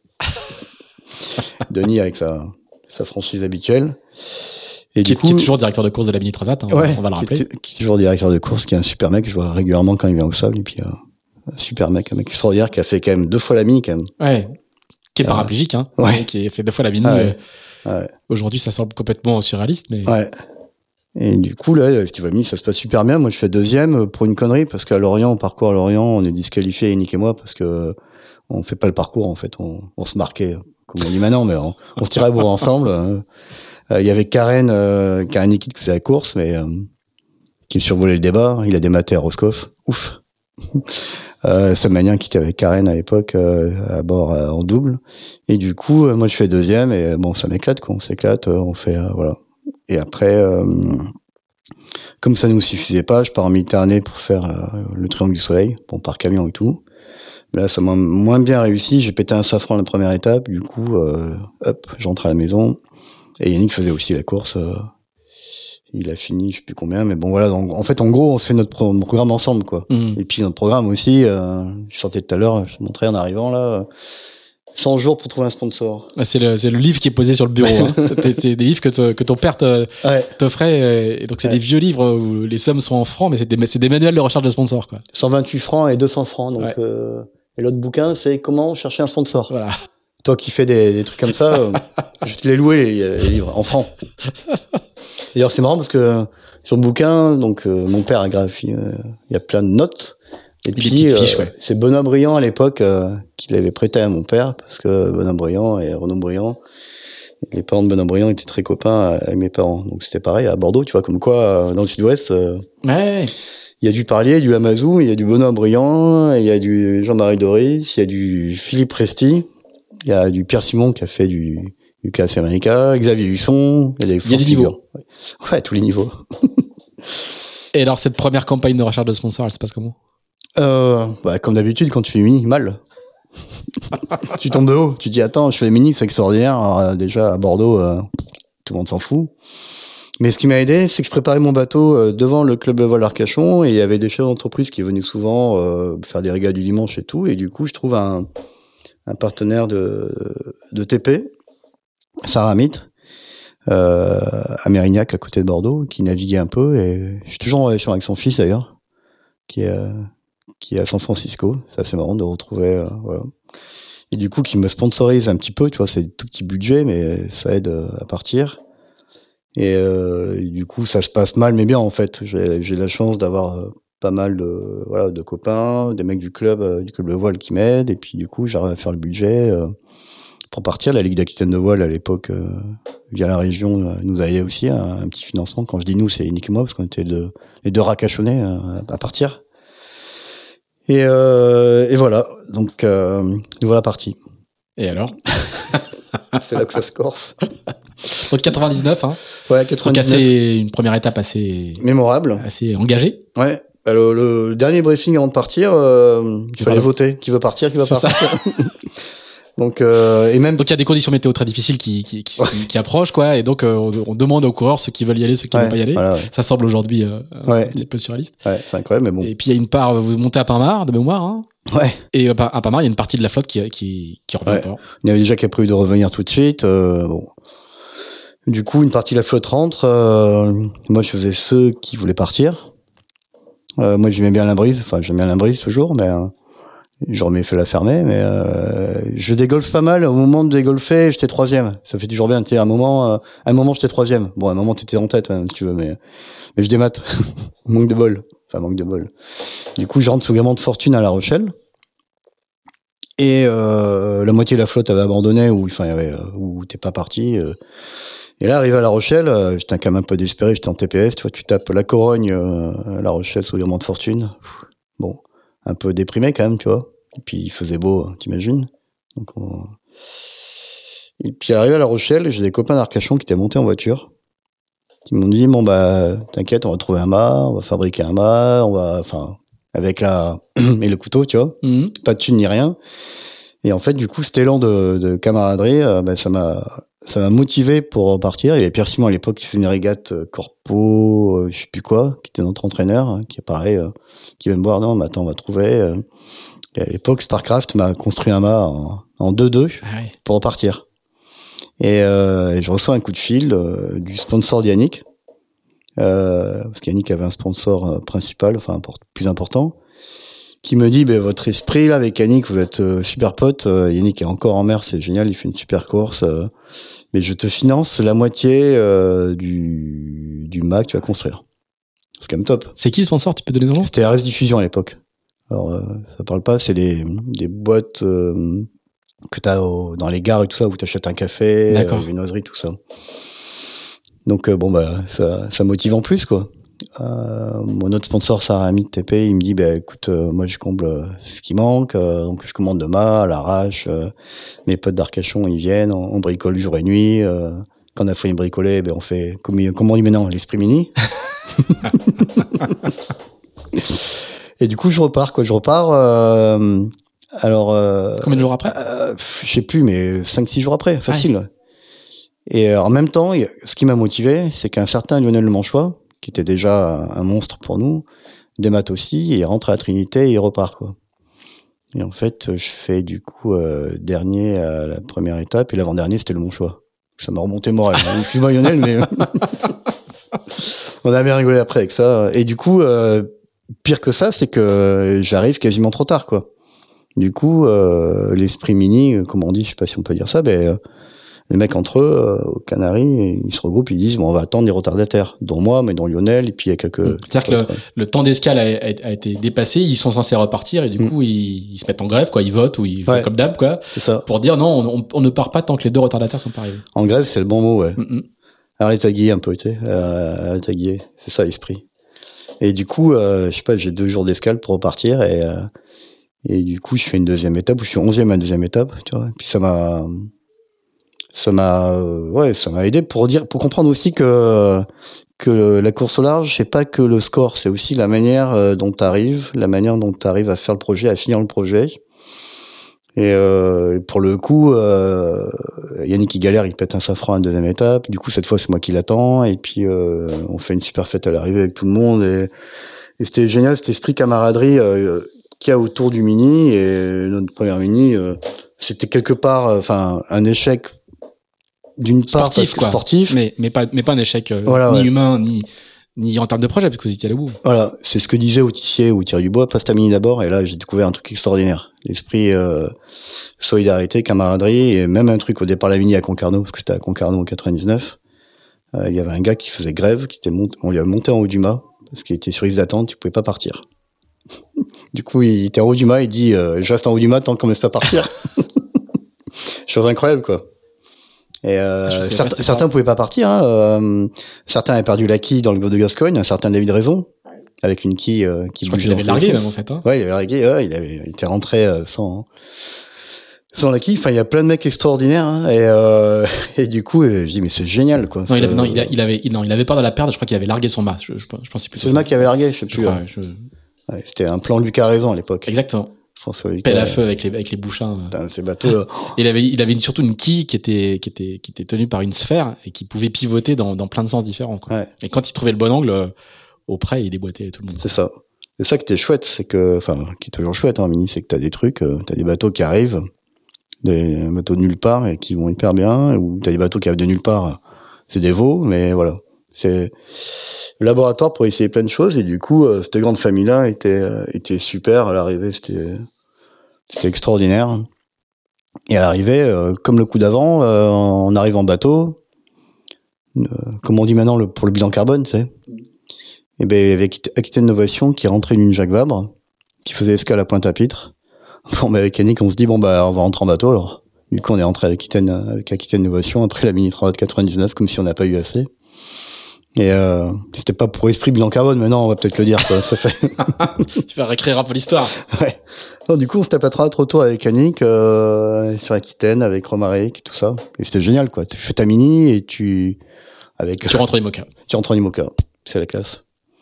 Denis avec sa, sa franchise habituelle. Et qui, du coup, qui est toujours directeur de course de la Mini Transat, hein, ouais, on va le rappeler. Qui est, qui est toujours directeur de course, qui est un super mec, je vois régulièrement quand il vient au sable, et puis euh, un super mec, un mec extraordinaire qui a fait quand même deux fois la mini, quand même. Ouais, qui est euh, paraplégique, hein, ouais. qui a fait deux fois la mini. Ah ouais. Euh, ouais. Aujourd'hui, ça semble complètement surréaliste, mais... Ouais. Et du coup, là, si tu vas mis, ça se passe super bien. Moi, je fais deuxième pour une connerie, parce qu'à Lorient, au parcours à Lorient, on est disqualifié, Yannick et moi, parce que on fait pas le parcours, en fait. On, on se marquait, comme on dit maintenant, mais on, on se tirait à bourre ensemble. Hein. Il euh, y avait Karen, euh, Karen Nikit qui faisait la course, mais euh, qui survolait le débat. Il a dématé à Roscoff. Ouf. euh, Samanian qui était avec Karen à l'époque euh, à bord euh, en double. Et du coup, euh, moi je fais deuxième et bon, ça m'éclate quoi. On s'éclate, euh, on fait euh, voilà. Et après, euh, comme ça ne nous suffisait pas, je pars en Méditerranée pour faire euh, le Triangle du Soleil, bon par camion et tout. Mais là, ça m'a moins bien réussi. J'ai pété un safran la première étape. Du coup, euh, hop, j'entre à la maison. Et Yannick faisait aussi la course. Euh, il a fini, je sais plus combien, mais bon voilà. Donc, en fait, en gros, on se fait notre, pro- notre programme ensemble, quoi. Mmh. Et puis notre programme aussi. Euh, je sortais tout à l'heure, je te montrais en arrivant là. cent jours pour trouver un sponsor. C'est le, c'est le livre qui est posé sur le bureau. Hein. c'est, c'est des livres que, te, que ton père te, ouais. t'offrait. Et donc c'est ouais. des vieux livres où les sommes sont en francs, mais c'est des, c'est des manuels de recherche de sponsors, quoi. cent vingt-huit francs et deux cents francs. Donc, ouais. euh, et l'autre bouquin, c'est comment chercher un sponsor. Voilà. Toi qui fais des, des trucs comme ça, euh, je te l'ai loué les, les livres en francs. D'ailleurs, c'est marrant parce que sur le bouquin, donc euh, mon père a graphié, euh, il y a plein de notes. Et puis des fiches, euh, ouais. c'est Benoît Briand à l'époque euh, qui l'avait prêté à mon père parce que Benoît Briand et Renaud Briand, les parents de Benoît Briand étaient très copains avec mes parents. Donc c'était pareil à Bordeaux, tu vois, comme quoi dans le Sud-Ouest. Euh, ouais. Il y a du Parlier, du Amazou, il y a du Benoît Briand, il y a du Jean-Marie Doris, il y a du Philippe Resti. Il y a du Pierre Simon qui a fait du, du Classe America, Xavier Husson, il y a des, il y a des niveaux. Ouais. ouais, tous les niveaux. Et alors, cette première campagne de recherche de sponsors, elle se passe comment? euh, bah, Comme d'habitude, quand tu fais mini, mal. Tu tombes de haut, tu dis, attends, je fais mini, c'est extraordinaire. Alors, euh, déjà, à Bordeaux, euh, tout le monde s'en fout. Mais ce qui m'a aidé, c'est que je préparais mon bateau euh, devant le club de vol Arcachon et il y avait des chefs d'entreprise qui venaient souvent euh, faire des régates du dimanche et tout. Et du coup, je trouve un... un partenaire de, de T P, Sarah Amit, euh, à Mérignac, à côté de Bordeaux, qui naviguait un peu, et je suis toujours en relation avec son fils d'ailleurs, qui est, euh, qui est à San Francisco. C'est assez marrant de retrouver, euh, voilà. Et du coup, qui me sponsorise un petit peu, tu vois, c'est un tout petit budget, mais ça aide à partir. Et, euh, et du coup, ça se passe mal, mais bien, en fait. J'ai, j'ai la chance d'avoir euh, pas mal de, voilà, de copains, des mecs du club, euh, du club de voile qui m'aident, et puis du coup, j'arrive à faire le budget euh, pour partir. La Ligue d'Aquitaine de voile, à l'époque, euh, via la région, euh, nous a aidé aussi à un, un petit financement. Quand je dis nous, c'est Yannick et moi, parce qu'on était le, les deux racachonnés euh, à partir. Et, euh, et voilà, donc euh, nous voilà partis. Et alors? C'est là que ça se corse. Donc quatre-vingt-dix-neuf, hein. Ouais, quatre-vingt-dix-neuf. Donc assez, une première étape assez mémorable, assez engagée. Ouais. Le, le dernier briefing avant de partir, euh, il fallait voter. Qui veut partir, qui va pas partir. Donc euh, et même donc il y a des conditions météo très difficiles qui qui qui, ouais. qui, qui approchent quoi, et donc euh, on, on demande aux coureurs ceux qui veulent y aller, ceux qui ouais, veulent pas y aller. Voilà, ouais. Ça semble aujourd'hui euh, ouais. un petit peu surréaliste. Ouais, c'est incroyable, mais bon. Et puis il y a une part, vous montez à Pinmar de mémoire, hein. Ouais. Et euh, à Pinmar, il y a une partie de la flotte qui qui qui revient ouais. pas. Il y avait déjà qui a prévu de revenir tout de suite. Euh, bon. Du coup, une partie de la flotte rentre. Euh, moi, je faisais ceux qui voulaient partir. Euh, moi, j'aimais bien la brise. Enfin, j'aime bien la brise toujours, mais euh, j'aurais mieux fait la fermer. Mais euh, je dégolfe pas mal. Au moment de dégolfer, j'étais troisième. Ça fait toujours bien. Tu sais, à un moment, euh, à un moment, j'étais troisième. Bon, à un moment, t'étais en tête, hein, si tu veux, mais mais je démate. Manque de bol. Enfin, manque de bol. Du coup, je rentre sous gaiement de fortune à La Rochelle. Et euh, la moitié de la flotte avait abandonné, ou enfin, il y avait, où t'es pas parti. Euh, Et là, arrivé à La Rochelle, euh, j'étais quand même un peu désespéré, j'étais en T P S, tu vois, tu tapes la Corogne, euh, La Rochelle, sous gaiement de fortune. Bon, un peu déprimé quand même, tu vois. Et puis, il faisait beau, t'imagines. Donc, on... Et puis, arrivé à La Rochelle, j'ai des copains d'Arcachon qui étaient montés en voiture, qui m'ont dit, bon, bah, t'inquiète, on va trouver un mât, on va fabriquer un mât, on va, enfin, avec la, et le couteau, tu vois. Mm-hmm. Pas de thune ni rien. Et en fait, du coup, cet élan de, de camaraderie, euh, bah, ça m'a, ça m'a motivé pour partir. Il y avait Pierre Simon à l'époque qui faisait une régate euh, corpo, euh, je sais plus quoi, qui était notre entraîneur, hein, qui apparaît, euh, qui va me voir, non, mais attends, on va trouver. Euh, et à l'époque, Sparcraft m'a construit un mât en, en deux deux ah ouais. pour repartir. Et, euh, et je reçois un coup de fil euh, du sponsor d'Yannick, euh, parce qu'Yannick avait un sponsor euh, principal, enfin plus important, qui me dit, ben, votre esprit, là, avec Yannick, vous êtes euh, super potes, euh, Yannick est encore en mer, c'est génial, il fait une super course, euh, mais je te finance la moitié euh, du, du mât que tu vas construire. C'est quand même top. C'est qui le sponsor, tu peux donner le nom? C'était R S Diffusion à l'époque. Alors, euh, ça parle pas, c'est des, des boîtes euh, que t'as au, dans les gares et tout ça, où t'achètes un café, euh, une oiserie, tout ça. Donc, euh, bon, bah, ça, ça motive en plus, quoi. Euh, mon autre sponsor, Sarah Ami de T P, il me dit, bah, écoute, euh, moi, je comble euh, ce qui manque, euh, donc je commande de mât, à l'arrache, euh, mes potes d'Arcachon, ils viennent, on, on bricole jour et nuit, euh, quand on a failli bricoler, ben, on fait, comme, comment on dit maintenant, l'esprit mini. Et du coup, je repars, quoi, je repars, euh, alors, euh, combien de jours après? euh, je sais plus, mais cinq six jours après, facile. Ouais. Et euh, en même temps, ce qui m'a motivé, c'est qu'un certain Lionel Le Manchois, qui était déjà un monstre pour nous, des maths aussi, et il rentre à la Trinité et il repart, quoi. Et en fait, je fais du coup euh, dernier à la première étape, et l'avant-dernier, c'était Le Manchois. Ça m'a remonté moral. Excuse-moi Lionel, mais on a bien rigolé après avec ça. Et du coup, euh, pire que ça, c'est que j'arrive quasiment trop tard, quoi. Du coup, euh, l'esprit mini, comme on dit, je sais pas si on peut dire ça, mais euh, les mecs entre eux, euh, aux Canaries, ils se regroupent, ils disent, bon, on va attendre les retardataires, dont moi, mais dont Lionel, et puis il y a quelques... C'est-à-dire que le, le temps d'escale a, a, a été dépassé, ils sont censés repartir, et du mmh. coup, ils, ils se mettent en grève, quoi, ils votent, ou ils font ouais. comme d'hab, quoi, c'est ça. Pour dire, non, on, on, on ne part pas tant que les deux retardataires sont pas arrivés. En grève, c'est le bon mot, ouais. Mmh. Arrête à guiller un peu, tu sais, euh, arrête à guiller, c'est ça l'esprit. Et du coup, euh, je sais pas, j'ai deux jours d'escale pour repartir, et... Euh, Et du coup, je fais une deuxième étape, où je suis onzième à la deuxième étape, tu vois. Et puis ça m'a, ça m'a, euh, ouais, ça m'a aidé pour dire, pour comprendre aussi que que la course au large, c'est pas que le score, c'est aussi la manière euh, dont t'arrives, la manière dont t'arrives à faire le projet, à finir le projet. Et euh, pour le coup, euh, Yannick il galère, il pète un safran à la deuxième étape. Du coup, cette fois, c'est moi qui l'attends. Et puis, euh, on fait une super fête à l'arrivée avec tout le monde. Et, et c'était génial, cet esprit camaraderie. Euh, qu'il y a autour du mini, et notre première mini, euh, c'était quelque part, enfin, euh, un échec d'une part sportif, quoi. sportif, mais mais pas mais pas un échec euh, voilà, ni ouais. humain ni ni en termes de projet, parce que vous étiez à bout. Voilà, c'est ce que disait Autissier ou Thierry Dubois, passe ta mini d'abord, et là j'ai découvert un truc extraordinaire. L'esprit euh, solidarité, camaraderie, et même un truc au départ la mini à Concarneau, parce que c'était à Concarneau en quatre-vingt-dix-neuf. Euh, il y avait un gars qui faisait grève, qui était monté, on lui a monté en haut du mât, parce qu'il était sur liste d'attente, il pouvait pas partir. Du coup, il était en haut du mât, il dit euh, je reste en haut du mât tant qu'on me laisse pas partir. Chose incroyable, quoi. Et euh, ah, certains, certains pouvaient pas partir. Hein. Euh, certains avaient perdu la quille dans le golfe de Gascogne. Un certain David Raison, avec une quille euh, qui Je crois qu'il avait largué même en fait. Hein. Ouais, il avait largué. Ouais, il avait, il était rentré euh, sans sans la quille. Enfin, il y a plein de mecs extraordinaires. Hein. Et euh, et du coup, je dis mais c'est génial, quoi. Non, il avait, non, il, a, il avait, il, non, il avait peur de la perdre. Je crois qu'il avait largué son mât. Je, je, je pensais plus. C'est le mât qui avait largué. Je sais je plus. Crois, ouais. je... Ouais, c'était un plan Lucas Raison à l'époque. Exactement. François Lucas. Pelle à feu avec les avec les bouchins. Putain, ces bateaux. Là. Il avait il avait une, surtout une quille qui était qui était qui était tenue par une sphère et qui pouvait pivoter dans dans plein de sens différents. Quoi. Ouais. Et quand il trouvait le bon angle, euh, au près, il déboîtait tout le monde. C'est ça. C'est ça qui était chouette, c'est que, enfin, qui est toujours chouette, hein, mini, c'est que t'as des trucs, euh, t'as des bateaux qui arrivent, des bateaux de nulle part et qui vont hyper bien, ou t'as des bateaux qui arrivent de nulle part, c'est des veaux, mais voilà. C'est le laboratoire pour essayer plein de choses, et du coup, euh, cette grande famille-là était, euh, était super. À l'arrivée, c'était, c'était extraordinaire. Et à l'arrivée, euh, comme le coup d'avant, euh, on arrive en bateau, euh, comme on dit maintenant le, pour le bilan carbone, tu sais. Et ben, avec Aquitaine Innovation qui rentrait une Jacques Vabre, qui faisait escale à Pointe-à-Pitre. Bon, ben, avec Yannick, on se dit, bon, bah, on va rentrer en bateau, alors. Du coup, on est rentré avec Aquitaine, avec Aquitaine Innovation après la Mini Transat quatre-vingt-dix-neuf, comme si on n'a pas eu assez. Et, euh, c'était pas pour esprit bilan carbone, mais non, on va peut-être le dire, quoi. Ça fait. Tu vas réécrire un peu l'histoire. Ouais. Non, du coup, on se tape à trois tours avec Yannick, euh, sur Aquitaine, avec Romaric, tout ça. Et c'était génial, quoi. Tu fais ta Mini et tu, avec. Tu rentres en IMOCA. Tu rentres en IMOCA. C'est la classe.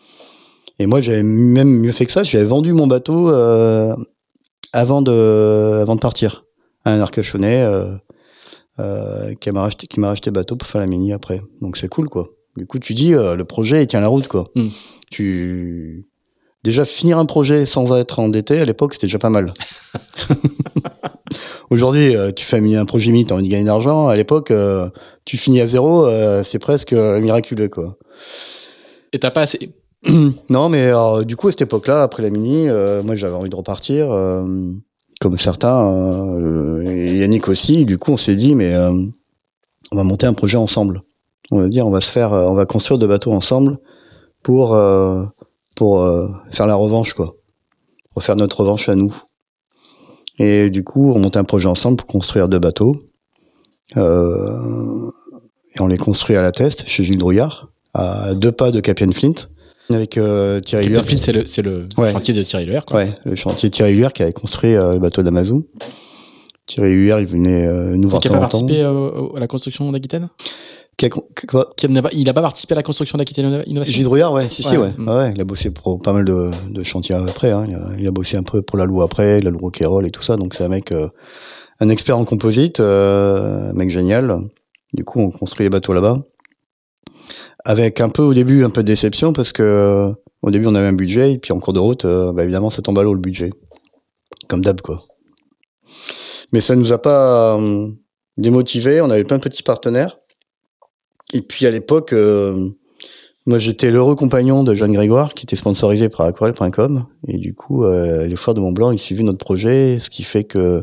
Et moi, j'avais même mieux fait que ça. J'avais vendu mon bateau euh, avant de, avant de partir à un Arcachonnais euh, euh, qui m'a racheté, qui m'a racheté bateau pour faire la mini après. Donc c'est cool, quoi. Du coup, tu dis euh, le projet il tient la route, quoi. Mm. Tu déjà finir un projet sans être endetté à l'époque, c'était déjà pas mal. Aujourd'hui, euh, tu fais un projet mini, t'as envie de gagner de l'argent. À l'époque, euh, tu finis à zéro, euh, c'est presque miraculeux, quoi. Et t'as pas assez. Non, mais alors, du coup, à cette époque-là, après la mini, euh, moi, j'avais envie de repartir, euh, comme certains, euh, et Yannick aussi. Du coup, on s'est dit, mais euh, on va monter un projet ensemble. On va dire, on va se faire, on va construire deux bateaux ensemble pour euh, pour euh, faire la revanche, quoi, pour faire notre revanche à nous. Et du coup, on monte un projet ensemble pour construire deux bateaux. Euh, et on les construit à la Teste, chez Gilles Drouillard, à deux pas de Captain Flint. Avec euh, Thierry Luer. Captain Flint, c'est le, c'est le ouais. chantier de Thierry Luer, quoi. Ouais, le chantier de Thierry Luer qui avait construit euh, le bateau d'Amazon. Thierry Luer, il venait euh, nous voir. Qui n'a pas participé euh, à la construction d'Aquitaine qui a, quoi qui a, Il n'a pas participé à la construction d'Aquitaine Innovation. Gilles Drouillard, ouais, si, ouais. si, ouais. Mmh. ouais. Il a bossé pour pas mal de, de chantiers après. Hein. Il, a, il a bossé un peu pour la Loue après, la Loue Roquayrol et tout ça. Donc c'est un mec, euh, un expert en composite, euh, un mec génial. Du coup, on construit les bateaux là-bas. Avec un peu au début un peu de déception parce que au début on avait un budget et puis en cours de route euh, bah évidemment ça tombe à l'eau le budget comme d'hab, quoi. Mais ça nous a pas euh, démotivé, on avait plein de petits partenaires et puis à l'époque euh, moi j'étais l'heureux compagnon de Jeanne Grégoire qui était sponsorisé par aquarelle point com et du coup euh, les Foires de Mont Blanc ils suivaient notre projet, ce qui fait que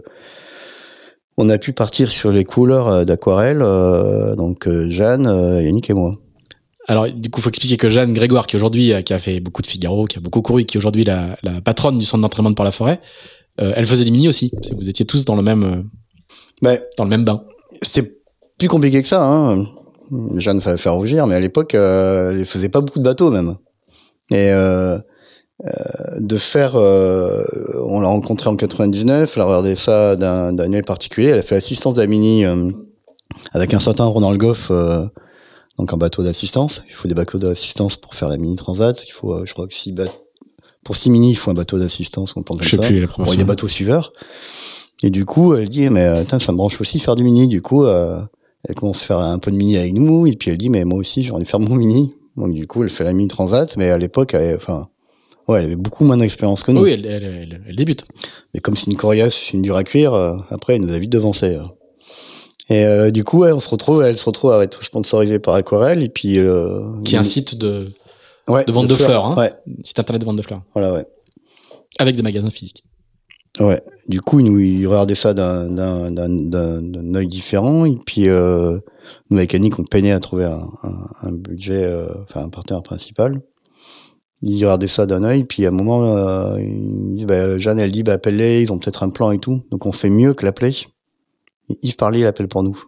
on a pu partir sur les couleurs d'aquarelle, euh, donc euh, Jeanne, euh, Yannick et moi. Alors, du coup, faut expliquer que Jeanne Grégoire, qui aujourd'hui, qui a fait beaucoup de Figaro, qui a beaucoup couru, qui est aujourd'hui la, la patronne du centre d'entraînement de Port-la-Forêt, euh, elle faisait des mini aussi. Vous étiez tous dans le même, euh, ouais. dans le même bain. C'est plus compliqué que ça, hein. Jeanne, ça va faire rougir, mais à l'époque, euh, elle faisait pas beaucoup de bateaux, même. Et, euh, euh, de faire, euh, on l'a rencontrée en quatre-vingt-dix-neuf, elle a regardé ça d'un, d'un œil particulier, elle a fait l'assistance de la mini, euh, avec un certain Ronald Goff, euh, donc un bateau d'assistance. Il faut des bateaux d'assistance pour faire la mini transat. Il faut, euh, je crois que six bateaux. Pour six mini, il faut un bateau d'assistance. On je sais ça. plus. La bon, il y a des bateaux suiveurs. Et du coup, elle dit, mais attends, ça me branche aussi faire du mini. Du coup, euh, elle commence à faire un peu de mini avec nous. Et puis elle dit, mais moi aussi, j'ai envie de faire mon mini. Donc du coup, elle fait la mini transat. Mais à l'époque, elle, enfin, ouais, elle avait beaucoup moins d'expérience que nous. Oui, elle, elle, elle, elle débute. Mais comme c'est une coriace, c'est une dure à cuire. Euh, après, elle nous a vite devancé. Euh. Et euh, du coup, ouais, on se retrouve, elle se retrouve à être sponsorisée par Aquarelle et puis euh, qui est un site de Ouais, de vente de, de fleurs, fleurs hein. Ouais. Site internet de vente de fleurs. Voilà, ouais. Avec des magasins physiques. Ouais. Du coup, nous, ils regardaient ça d'un, d'un, d'un, d'un, d'un œil différent. Et puis, euh, nous, avec Annick, on peinait à trouver un, un, un budget, euh, enfin, un partenaire principal. Ils regardaient ça d'un œil. Puis, à un moment, euh, ils disent, bah, Jeanne, elle dit, bah, appelle-les, ils ont peut-être un plan et tout. Donc, on fait mieux que l'appeler. Et Yves Parlier l'appelle pour nous.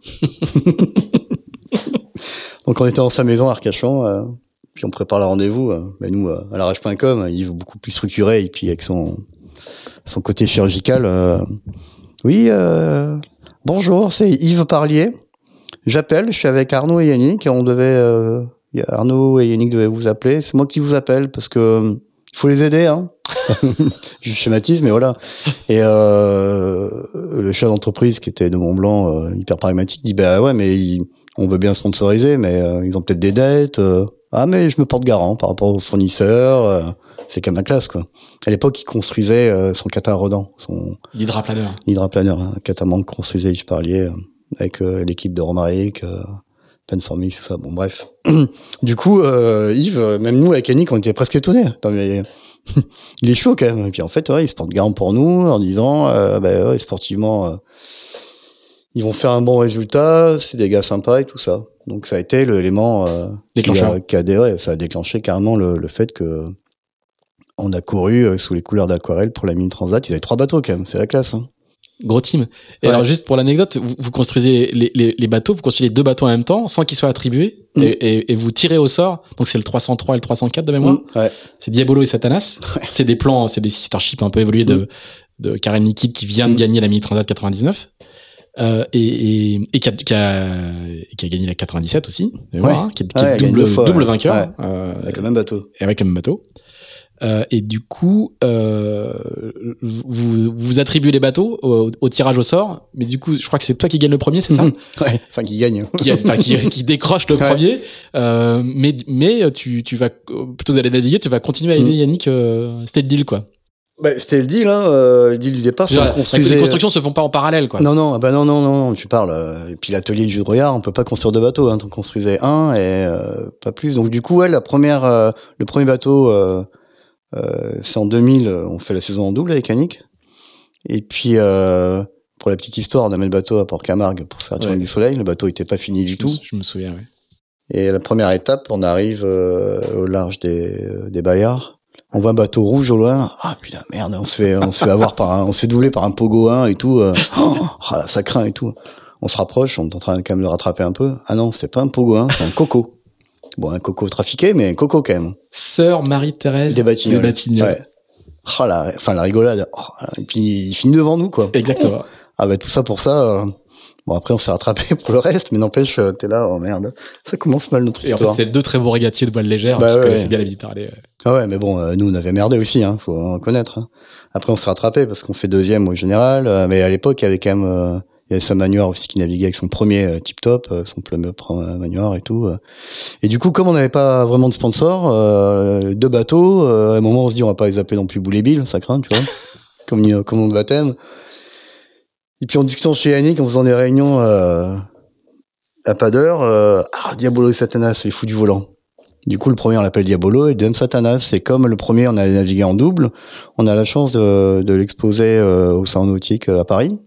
Donc, on était dans sa maison à Arcachon, euh, puis on prépare le rendez-vous. Euh, bah, nous, euh, à l'arrache point com, Yves beaucoup plus structuré, et puis avec son, son côté chirurgical. Euh, oui, euh, bonjour, c'est Yves Parlier. J'appelle, je suis avec Arnaud et Yannick, et on devait, euh, Arnaud et Yannick devaient vous appeler. C'est moi qui vous appelle, parce que euh, il faut les aider, hein. Je schématise, mais voilà. Et euh, le chef d'entreprise, qui était de Mont-Blanc, euh, hyper pragmatique, dit, bah ouais, mais il, on veut bien sponsoriser, mais euh, ils ont peut-être des dettes. Euh, ah, mais je me porte garant par rapport aux fournisseurs. Euh, c'est quand même la classe, quoi. À l'époque, il construisait euh, son cata Rodan, son l'hydraplaneur. L'hydraplaneur, hein, catamaran que construisait Yves Parlier euh, avec euh, l'équipe de Romaric, euh, Penformis, tout ça. Bon, bref. Du coup, euh, Yves, même nous avec Annick, on était presque étonnés. Attends, mais il est chaud quand même. Et puis en fait, ouais, il se porte garant pour nous en disant, euh, bah, ouais, sportivement, euh, ils vont faire un bon résultat. C'est des gars sympas et tout ça. Donc ça a été l'élément euh, qui a, qui a ouais, ça a déclenché carrément le, le fait que on a couru euh, sous les couleurs d'Aquarelle pour la Mini Transat. Ils avaient trois bateaux quand même, c'est la classe. Hein. Gros team. Et ouais. Alors juste pour l'anecdote, vous, vous construisez les, les, les bateaux, vous construisez deux bateaux en même temps sans qu'ils soient attribués mmh. et, et, et vous tirez au sort. Donc c'est le trois cent trois et le trois cent quatre de mémoire. Mmh. Ouais. C'est Diabolo et Satanas. Ouais. C'est des plans, c'est des sister ships un peu évolués de, mmh. de Karen Liquide qui vient de gagner la Mini Transat quatre-vingt-dix-neuf. Euh, et, et, et qui a, qui a, qui a gagné la quatre-vingt-dix-sept aussi, ouais. voir, hein, qui est, qui ouais, est double, fois, double ouais. vainqueur. Ouais. Euh, avec le même bateau. Et avec le même bateau. Euh, et du coup, euh, vous, vous attribuez les bateaux au, au tirage au sort, mais du coup, je crois que c'est toi qui gagne le premier, c'est ça? Ouais, enfin qui gagne. Qui, enfin, qui, qui décroche le ouais. premier. Euh, mais mais tu, tu vas plutôt d'aller naviguer, tu vas continuer à aider mmh. Yannick. Euh, c'était le deal, quoi. Bah, c'était le deal, hein. Euh, le deal du départ, c'est construisait... Les constructions se font pas en parallèle, quoi. Non, non, bah non, non, non, tu parles. Euh, et puis l'atelier du Jules Brouillard, on peut pas construire deux bateaux, hein. On construisait un et euh, pas plus. Donc du coup, ouais, la première, euh, le premier bateau. Euh, Euh, c'est en deux mille, on fait la saison en double avec Annick. Et puis, euh, pour la petite histoire, on a mis le bateau à Port-Camargue pour faire Triangle ouais. du Soleil. Le bateau était pas fini du je tout. Me, je me souviens, oui. Et la première étape, on arrive euh, au large des, euh, des Bayards. On voit un bateau rouge au loin. Ah putain, merde, on se fait, on se fait avoir par un, on se fait doubler par un Pogo un et tout. Euh, oh, ça craint et tout. On se rapproche, on est en train de quand même le rattraper un peu. Ah non, c'est pas un Pogo un, c'est un Coco. Bon, un Coco trafiqué, mais un Coco quand même. Sœur Marie-Thérèse des Batignolles. Des Batignolles. Ouais. Oh, la, enfin, la rigolade. Oh, et puis, il finit devant nous, quoi. Exactement. Ah, bah, tout ça pour ça. Euh... Bon, après, on s'est rattrapé pour le reste, mais n'empêche, t'es là, oh merde. Ça commence mal notre histoire. Et en fait, c'est deux très beaux régatiers de voile légère. Bah, je ouais, connaissais ouais. bien la Méditerranée. Ah ouais, mais bon, euh, nous, on avait merdé aussi, hein. Faut en reconnaître. Hein. Après, on s'est rattrapé parce qu'on fait deuxième au général. Euh, mais à l'époque, il y avait quand même, euh, il y avait Sam Magnoire aussi qui naviguait avec son premier euh, tip top, euh, son premier euh, Magnoire et tout. Euh. Et du coup, comme on n'avait pas vraiment de sponsor, euh, deux bateaux, euh, à un moment, on se dit, on va pas les appeler non plus Boulet Bill, ça craint, tu vois, comme, comme nom de baptême. Et puis, en discutant chez Yannick, en faisant des réunions euh, à pas d'heure, euh, ah, Diabolo et Satanas, les fous du volant. Du coup, le premier, on l'appelle Diabolo, et le deuxième Satanas. C'est comme le premier, on a navigué en double. On a la chance de, de l'exposer euh, au Salon Nautique euh, à Paris.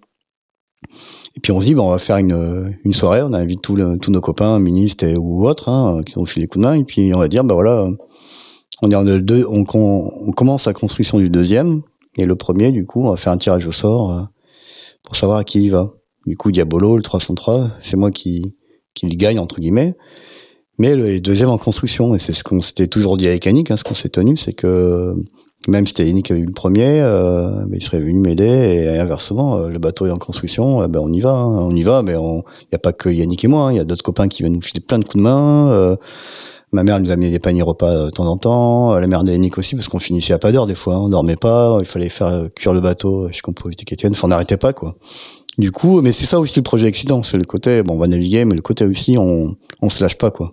Et puis on se dit, bon, on va faire une, une soirée, on invite tous, le, tous nos copains, ministres et, ou autres, hein, qui ont filé des coups de main, et puis on va dire, ben voilà, on est en deux, on, on, on commence la construction du deuxième, et le premier, du coup, on va faire un tirage au sort euh, pour savoir à qui il va. Du coup, Diabolo, le trois cent trois, c'est moi qui, qui le gagne, entre guillemets, mais le deuxième en construction, et c'est ce qu'on s'était toujours dit avec Annick, hein, ce qu'on s'est tenu, c'est que même si c'était Yannick qui avait eu le premier, euh, mais il serait venu m'aider, et inversement, euh, le bateau est en construction, euh, ben on y va, hein, on y va, mais il n'y a pas que Yannick et moi, il hein, y a d'autres copains qui viennent nous filer plein de coups de main. Euh, ma mère nous a amené des paniers repas de temps en temps, la mère de Yannick aussi, parce qu'on finissait à pas d'heure des fois, hein, on dormait pas, il fallait faire cuire le bateau, je comprends avec Étienne, enfin on n'arrêtait pas quoi. Du coup, mais c'est ça aussi le projet accident, c'est le côté, bon on va naviguer, mais le côté aussi, on on se lâche pas quoi.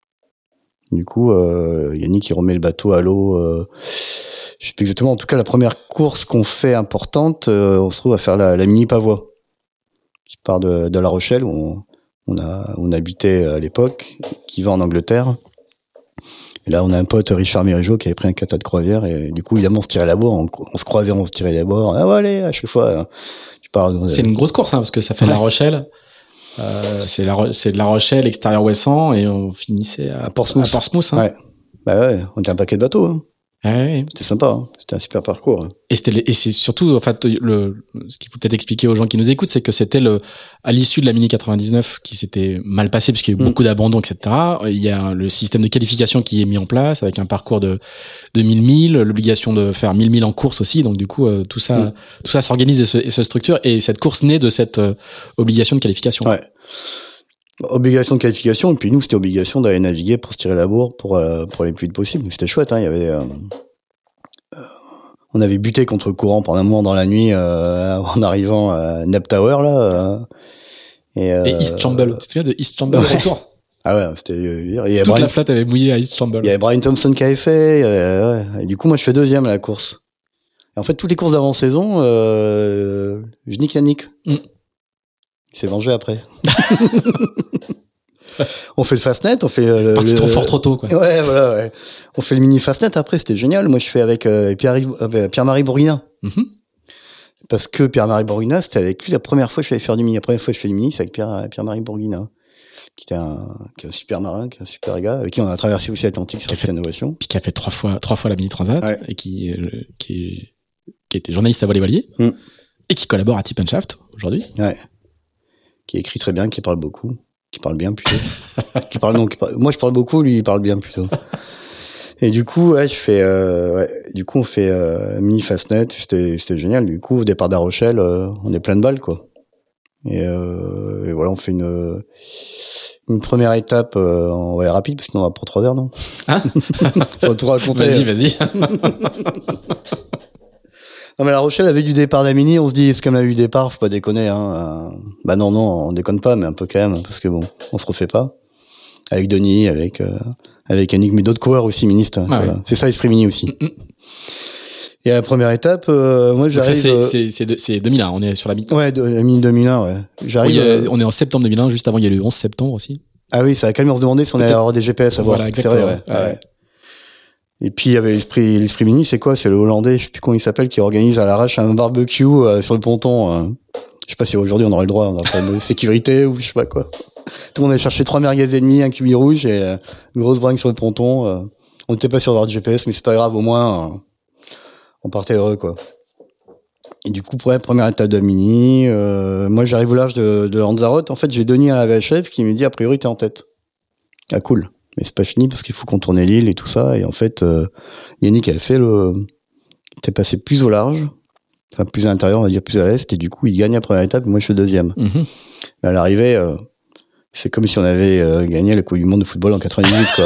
Du coup, euh, Yannick il remet le bateau à l'eau. Euh, je sais pas exactement. En tout cas, la première course qu'on fait importante, euh, on se trouve à faire la, la mini pavois, qui part de, de La Rochelle où on, on a on habitait à l'époque, qui va en Angleterre. Et là, on a un pote, Richard Mérigeau, qui avait pris un kata de croisière, et du coup, évidemment, on se tirait la bourre, on, on se croisait, on se tirait la bourre. Ah ouais, allez, à chaque fois, tu parles. C'est une grosse course, hein, parce que ça fait ouais. La Rochelle. Euh, c'est la, c'est de La Rochelle, extérieur Ouessant, et on finissait à, à Portsmouth. À Portsmouth, hein. Ouais. Bah ouais, on était un paquet de bateaux, hein. Ah ouais. C'était sympa, hein. C'était un super parcours. Et c'était, et c'est surtout, en fait, le, ce qu'il faut peut-être expliquer aux gens qui nous écoutent, c'est que c'était le, à l'issue de la Mini quatre-vingt-dix-neuf qui s'était mal passé parce qu'il y a eu mmh. beaucoup d'abandons, et cetera. Il y a le système de qualification qui est mis en place avec un parcours de, de mille milles, l'obligation de faire mille milles en course aussi. Donc, du coup, euh, tout ça, mmh. tout ça s'organise et se, et se structure. Et cette course naît de cette euh, obligation de qualification. Ouais. Obligation de qualification, et puis nous, c'était obligation d'aller naviguer pour se tirer la bourre pour, euh, pour aller le plus vite possible. C'était chouette, hein. Il y avait, euh, euh, on avait buté contre le courant pendant un moment dans la nuit, euh, en arrivant à Nap Tower, là. Euh, et, euh, et East Chamble. Tu te souviens de East Chamble au ouais. retour? Ah ouais, c'était, il y avait toute Brian, la flotte avait mouillé à East Chamble. Il y avait Brian Thompson qui avait fait, euh, ouais. Et du coup, moi, je fais deuxième à la course. Et en fait, toutes les courses d'avant-saison, euh, je nique Yannick. Mm. Il s'est vengé après. On fait le Fastnet, on fait le... Parti le... trop fort trop tôt, quoi. Ouais, voilà, ouais. On fait le mini Fastnet après, c'était génial. Moi, je fais avec euh, Pierre, euh, Pierre-Marie Bourguina. Mm-hmm. Parce que Pierre-Marie Bourguina, c'était avec lui la première fois que je suis allé faire du mini. La première fois que je fais du mini, c'est avec Pierre, Pierre-Marie Bourguina. Qui était un, qui est un super marin, qui est un super gars, avec qui on a traversé aussi l'Atlantique sur cette innovation. Puis qui a fait trois fois, trois fois la Mini Transat, ouais. Et qui, euh, qui, est, qui était journaliste à Volley-Valier, mm. Et qui collabore à Tip and Shaft aujourd'hui. Ouais. Qui écrit très bien, qui parle beaucoup, qui parle bien plutôt. qui parle, non, qui parle, moi je parle beaucoup, lui il parle bien plutôt. Et du coup, ouais, je fais, euh, ouais, du coup on fait euh, Mini Fastnet, c'était, c'était génial. Du coup, au départ d'A Rochelle, euh, on est plein de balles, quoi. Et, euh, et voilà, on fait une, une première étape euh, en volet rapide, parce que sinon on va pour trois heures, non? Hein? Ça va tout raconter. Vas-y, vas-y. Non, mais La Rochelle avait du départ d'Amini, on se dit, est-ce qu'elle a eu du départ? Faut pas déconner, hein. Euh, bah non, non, on déconne pas, mais un peu quand même, parce que bon, on se refait pas. Avec Denis, avec, euh, avec Yannick, mais d'autres coureurs aussi, ministres. Ah, voilà. Ouais. C'est ça, l'esprit mini aussi. Mm-hmm. Et à la première étape, euh, moi j'arrive. Donc ça, c'est, c'est, c'est, de, c'est deux mille un, on est sur la mini. Ouais, de, la mini deux mille un, ouais. J'arrive. Oui, euh, on est en septembre deux mille un, juste avant, il y a le onze septembre aussi. Ah oui, ça a quand même se demander si on allait avoir des G P S à voir. Voilà, exactement. C'est vrai, ouais. Ouais. Ouais. Et puis il y avait l'esprit, l'esprit mini, c'est quoi? C'est le Hollandais, je sais plus comment il s'appelle, qui organise à l'arrache un barbecue euh, sur le ponton. Euh. Je sais pas si aujourd'hui on aurait le droit, on a pas de sécurité ou je sais pas quoi. Tout le monde allait chercher trois merguez et demi, un kiwi rouge et euh, une grosse bringue sur le ponton. Euh. On n'était pas sûr d'avoir de G P S, mais c'est pas grave, au moins euh, on partait heureux, quoi. Et du coup, ouais, première étape de mini, euh, moi j'arrive au large de, de Lanzarote. En fait, j'ai Denis à la V H F qui me dit a priori t'es en tête. Ah cool. Mais c'est pas fini parce qu'il faut contourner l'île et tout ça. Et en fait, euh, Yannick avait fait le, il était passé plus au large, enfin plus à l'intérieur, on va dire plus à l'est. Et du coup, il gagne la première étape. Et moi, je suis deuxième. Mm-hmm. Mais à l'arrivée, euh, c'est comme si on avait euh, gagné la Coupe du Monde de football en quatre-vingt-dix-huit, quoi.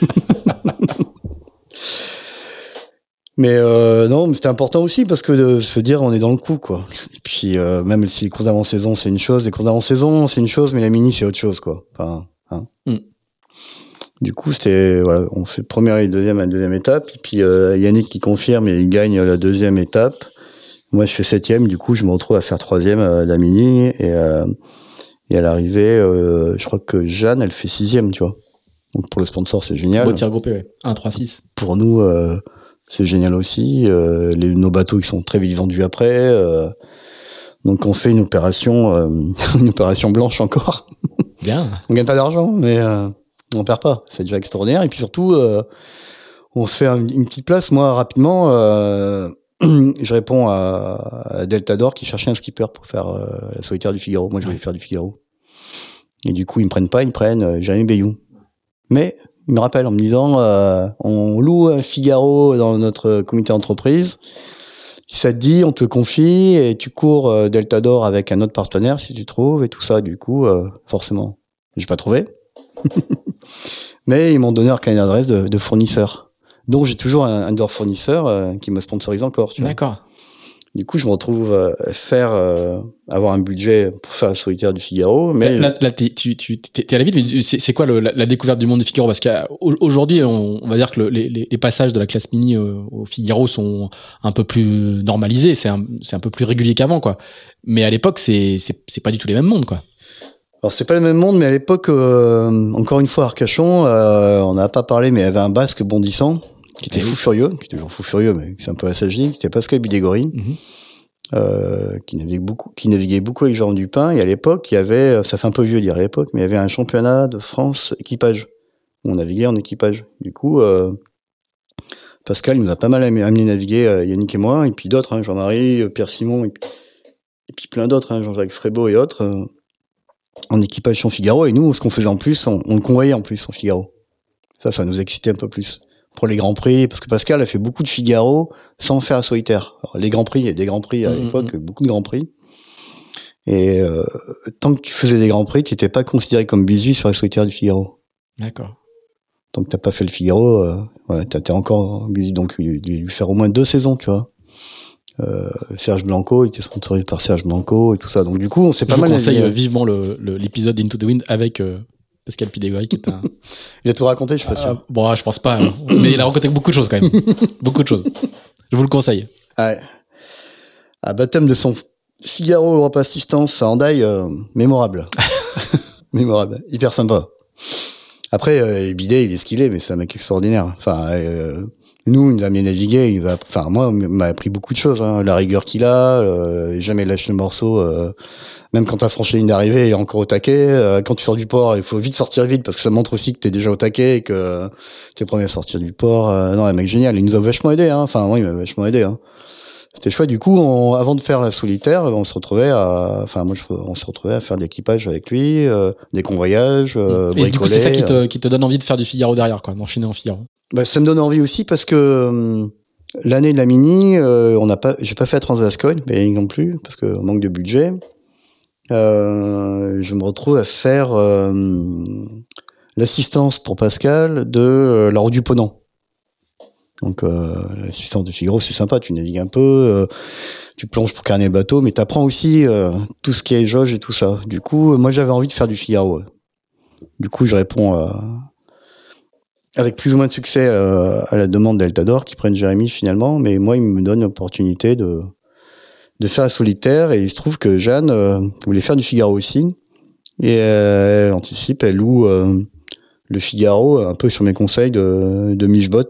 Mais euh, non, mais c'était important aussi parce que de se dire on est dans le coup, quoi. Et puis euh, même si les courses d'avant-saison c'est une chose, les courses d'avant-saison c'est une chose, mais la mini c'est autre chose, quoi. Enfin, hein. Mm. Du coup, c'était voilà, on fait première et deuxième à la deuxième étape, et puis euh, Yannick qui confirme et il gagne la deuxième étape. Moi, je fais septième, du coup, je me retrouve à faire troisième à la mini et, euh, et à l'arrivée, euh, je crois que Jeanne, elle fait sixième, tu vois. Donc pour le sponsor, c'est génial. Beau tir groupé, ouais. un trois six. Pour nous. Euh, C'est génial aussi. Euh, les, nos bateaux, ils sont très vite vendus après. Euh, donc, on fait une opération, euh, une opération blanche encore. Bien. On gagne pas d'argent, mais euh, on perd pas. C'est déjà extraordinaire. Et puis surtout, euh, on se fait un, une petite place. Moi, rapidement, euh, je réponds à, à Delta d'Or qui cherchait un skipper pour faire euh, la solitaire du Figaro. Moi, je voulais faire du Figaro. Et du coup, ils me prennent pas, ils me prennent euh, Jérémy Bayou. Mais il me rappelle en me disant euh, on loue un Figaro dans notre comité d'entreprise. Si ça te dit, on te le confie et tu cours euh, Delta d'Or avec un autre partenaire si tu trouves et tout ça. Du coup, euh, forcément, j'ai pas trouvé. Mais ils m'ont donné leur carnet d'adresse de, de fournisseur. Donc j'ai toujours un, un de leurs fournisseurs euh, qui me sponsorise encore. Tu vois. D'accord. Du coup, je me retrouve euh, faire euh, avoir un budget pour faire la solitaire du Figaro. Mais là, là t'es, tu, tu, t'es, t'es à la vide, mais c'est, c'est quoi le, la, la découverte du monde du Figaro? Parce qu'aujourd'hui, on, on va dire que le, les, les passages de la classe mini au, au Figaro sont un peu plus normalisés. C'est un, c'est un peu plus régulier qu'avant, quoi. Mais à l'époque, c'est, c'est, c'est pas du tout les mêmes mondes, quoi. Alors c'est pas le même monde, mais à l'époque, euh, encore une fois, Arcachon, euh, on n'a pas parlé, mais il y avait un Basque bondissant qui était oui. fou furieux, qui était toujours fou furieux, mais c'est un peu assagie, qui était Pascal Bidégori, Mm-hmm. euh, qui naviguait beaucoup, qui naviguait beaucoup avec Jean Dupin. Et à l'époque, il y avait, ça fait un peu vieux dire à l'époque, mais il y avait un championnat de France équipage. Où on naviguait en équipage. Du coup, euh, Pascal, il nous a pas mal amené naviguer, euh, Yannick et moi, et puis d'autres, hein, Jean-Marie, euh, Pierre Simon, et puis, et puis plein d'autres, hein, Jean-Jacques Frébeau et autres, euh, en équipage sur Figaro. Et nous, ce qu'on faisait en plus, on, on le convoyait en plus en Figaro. Ça, ça nous excitait un peu plus. Pour les Grands Prix, parce que Pascal a fait beaucoup de Figaro sans faire à solitaire. Alors, les Grands Prix, il y a des Grands Prix à mmh, l'époque, mmh. beaucoup de Grands Prix. Et euh, tant que tu faisais des Grands Prix, tu n'étais pas considéré comme bisu sur les solitaires du Figaro. D'accord. Tant que t'as pas fait le Figaro, euh, ouais, t'es encore bisu. Donc, lui, lui faire au moins deux saisons, tu vois. Euh, Serge Blanco, il était sponsorisé par Serge Blanco et tout ça. Donc, du coup, on s'est pas mal... Je vous conseille vivement le, le, l'épisode d'Into the Wind avec... Euh... Pascal Bidégori qui est un... Il a tout raconté, je suis pas sûr. Euh, bon, je pense pas. Hein. Mais il a raconté beaucoup de choses quand même. beaucoup de choses. Je vous le conseille. Ouais. À baptême de son Figaro Europe Assistance à Hendaye, euh, mémorable. mémorable. Hyper sympa. Après, euh, Bidet, il est ce qu'il est, mais c'est un mec extraordinaire. Enfin, euh, nous, il nous a bien navigué. Il nous a, enfin, moi, il m'a appris beaucoup de choses. Hein. La rigueur qu'il a, euh, jamais lâché le morceau. Euh, Même quand t'as franchi la ligne d'arrivée, il est encore au taquet. Euh, quand tu sors du port, il faut vite sortir vite parce que ça montre aussi que t'es déjà au taquet et que t'es le premier à sortir du port. Euh, non, le mec génial. Il nous a vachement aidé. Hein. Enfin, moi, il m'a vachement aidé. Hein. C'était chouette. Du coup, on, avant de faire la solitaire, on se retrouvait à, enfin, moi, je, on se retrouvait à faire de l'équipage avec lui, euh, des convoyages, euh, et du coup, c'est ça qui te, qui te donne envie de faire du Figaro derrière, quoi, d'enchaîner en Figaro. Bah, ça me donne envie aussi parce que euh, l'année de la Mini, euh, on n'a pas, j'ai pas fait la Transvascogne, mais non plus parce que manque de budget. Euh, je me retrouve à faire euh, l'assistance pour Pascal de euh, la route du Ponant. Donc euh, l'assistance de Figaro, c'est sympa, tu navigues un peu, euh, tu plonges pour carner le bateau, mais t'apprends aussi euh, tout ce qui est jauge et tout ça. Du coup, moi j'avais envie de faire du Figaro. Ouais. Du coup, je réponds euh, avec plus ou moins de succès euh, à la demande d'Eltador qui prennent Jérémy finalement, mais moi il me donne l'opportunité de de faire un solitaire, et il se trouve que Jeanne euh, voulait faire du Figaro aussi, et euh, elle anticipe, elle loue euh, le Figaro un peu sur mes conseils de, de Michebot,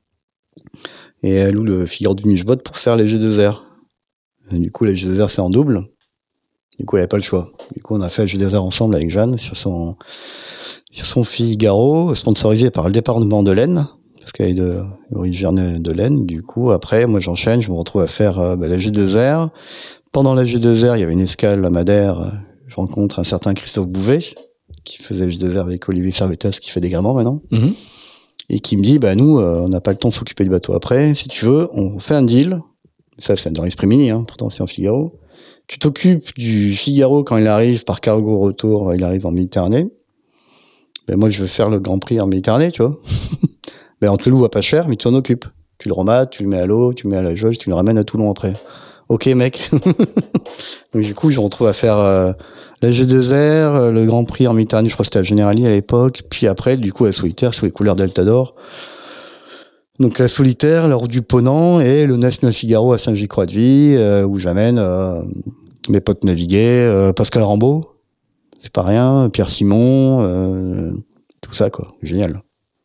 et elle loue le Figaro du Michebot pour faire les G deux R. Et du coup, les G deux R c'est en double, du coup elle avait pas le choix. Du coup on a fait le G deux R ensemble avec Jeanne sur son sur son Figaro, sponsorisé par le département de l'Aisne, parce qu'elle est de origine de l'Aisne. Du coup, après, moi, j'enchaîne, je me retrouve à faire euh, bah, la G deux R. Pendant la G deux R, il y avait une escale à Madère. Je rencontre un certain Christophe Bouvet, qui faisait la G deux R avec Olivier Servetas, qui fait des gréements maintenant, mm-hmm. et qui me dit, bah nous, euh, on n'a pas le temps de s'occuper du bateau. Après, si tu veux, on fait un deal. Ça, c'est dans l'esprit mini, hein, pourtant c'est en Figaro. Tu t'occupes du Figaro quand il arrive par cargo retour, il arrive en Méditerranée. Ben moi, je veux faire le Grand Prix en Méditerranée, tu vois. Ben, on te le loue à pas cher, mais tu t'en occupes. Tu le remates, tu le mets à l'eau, tu le mets à la jauge, tu le ramènes à Toulon après. Ok, mec. Donc, du coup, je me retrouve à faire euh, la G deux R, le Grand Prix en Méditerranée, je crois que c'était à Generali à l'époque. Puis après, du coup, la solitaire, sous les couleurs d'Eltador. Donc, la solitaire, la route du Ponant et le National Figaro à Saint-Gilles-Croix-de-Vie, euh, où j'amène euh, mes potes naviguer, euh, Pascal Rambaud, c'est pas rien, Pierre Simon, euh, tout ça, quoi. Génial.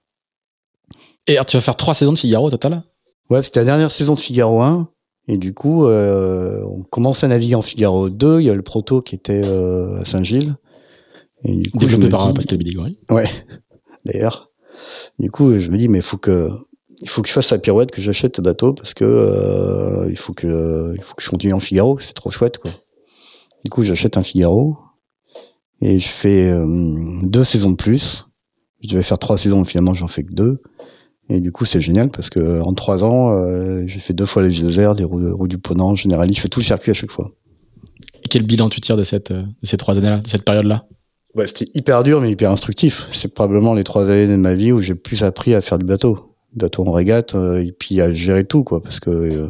Et alors, tu vas faire trois saisons de Figaro au total ? Ouais, c'était la dernière saison de Figaro un. Et du coup, euh, on commence à naviguer en Figaro deux. Il y a le proto qui était euh, à Saint-Gilles. Et du coup, développé par dis... Pascal Bidégori. Ouais, d'ailleurs. Du coup, je me dis, mais il faut que, il faut que je fasse la pirouette, que j'achète le bateau, parce que euh, il faut que, il faut que je continue en Figaro. C'est trop chouette, quoi. Du coup, j'achète un Figaro et je fais euh, deux saisons de plus. Je devais faire trois saisons, mais finalement, j'en fais que deux. Et du coup, c'est génial parce que en trois ans, euh, j'ai fait deux fois les G deux R, des roues, roues du Ponant, Generali. Je fais tout le circuit à chaque fois. Et quel bilan tu tires de cette, de ces trois années-là, de cette période-là ? Ouais, c'était hyper dur, mais hyper instructif. C'est probablement les trois années de ma vie où j'ai plus appris à faire du bateau, bateau en régate, euh, et puis à gérer tout, quoi, parce que euh,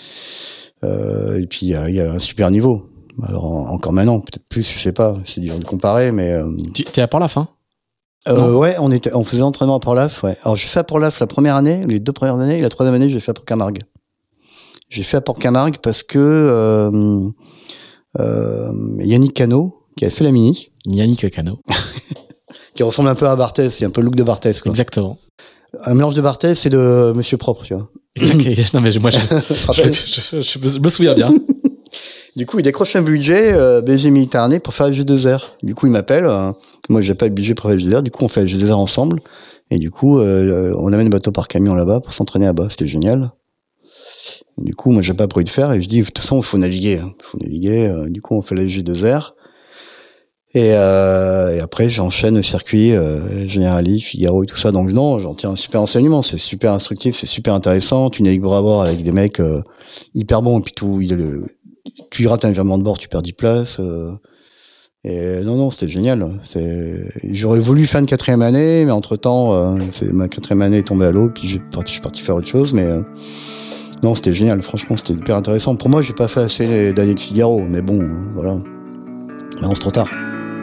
euh, et puis il y a, y a un super niveau. Alors en, encore maintenant, peut-être plus, je sais pas. C'est dur de comparer, mais euh, tu t'es à Port-Laf, hein ? Euh, ouais, on était, on faisait l'entraînement à Port-Laf, ouais. Alors, j'ai fait à Port-Laf la première année, les deux premières années, et la troisième année, j'ai fait à Port-Camargue. J'ai fait à Port-Camargue parce que, euh, euh, Yannick Cano, qui avait fait la Mini. Yannick Cano. Qui ressemble un peu à Barthès, il y a un peu le look de Barthès, quoi. Exactement. Un mélange de Barthès et de Monsieur Propre, tu vois. Exactement. Non, mais moi, je, je, je, je, je me souviens bien. Du coup, il décroche un budget, euh, B G Méditerranée, pour faire le G deux R. Du coup, il m'appelle. Euh, moi, j'ai pas de budget pour faire le G deux R. Du coup, on fait le G deux R ensemble. Et du coup, euh, on amène le bateau par camion là-bas pour s'entraîner là-bas. C'était génial. Et du coup, moi, j'ai pas prévu de faire. Et je dis, de toute façon, il faut naviguer. Il faut naviguer. Euh, du coup, on fait le G deux R. Et, euh, et après, j'enchaîne le circuit, euh, Generali, Figaro et tout ça. Donc non, j'en tire un super enseignement. C'est super instructif, c'est super intéressant. Tu navigues bras à bord avec des mecs euh, hyper bons. Et puis tout, il le, tu rates un virement de bord, tu perds dix places. Euh, et non, non, c'était génial. C'est, j'aurais voulu faire une quatrième année, mais entre temps, euh, c'est, ma quatrième année est tombée à l'eau. Puis j'ai parti, je suis parti faire autre chose, mais euh, non, c'était génial. Franchement, c'était hyper intéressant. Pour moi, j'ai pas fait assez d'années de Figaro, mais bon, euh, voilà. Maintenant, c'est trop tard.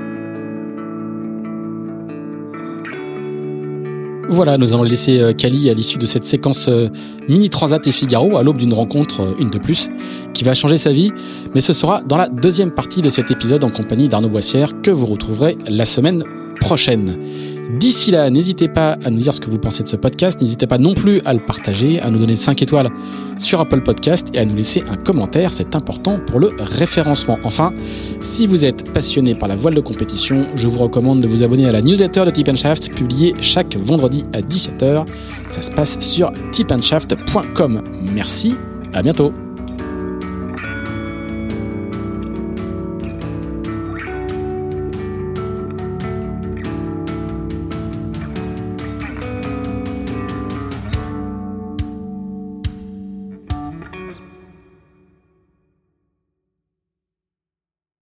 Voilà, nous allons laisser Cali à l'issue de cette séquence Mini Transat et Figaro à l'aube d'une rencontre, une de plus, qui va changer sa vie. Mais ce sera dans la deuxième partie de cet épisode en compagnie d'Arnaud Boissière que vous retrouverez la semaine prochaine. D'ici là, n'hésitez pas à nous dire ce que vous pensez de ce podcast. N'hésitez pas non plus à le partager, à nous donner cinq étoiles sur Apple Podcast et à nous laisser un commentaire. C'est important pour le référencement. Enfin, si vous êtes passionné par la voile de compétition, je vous recommande de vous abonner à la newsletter de Tip and Shaft, publiée chaque vendredi à dix-sept heures. Ça se passe sur tip and shaft point com. Merci, à bientôt.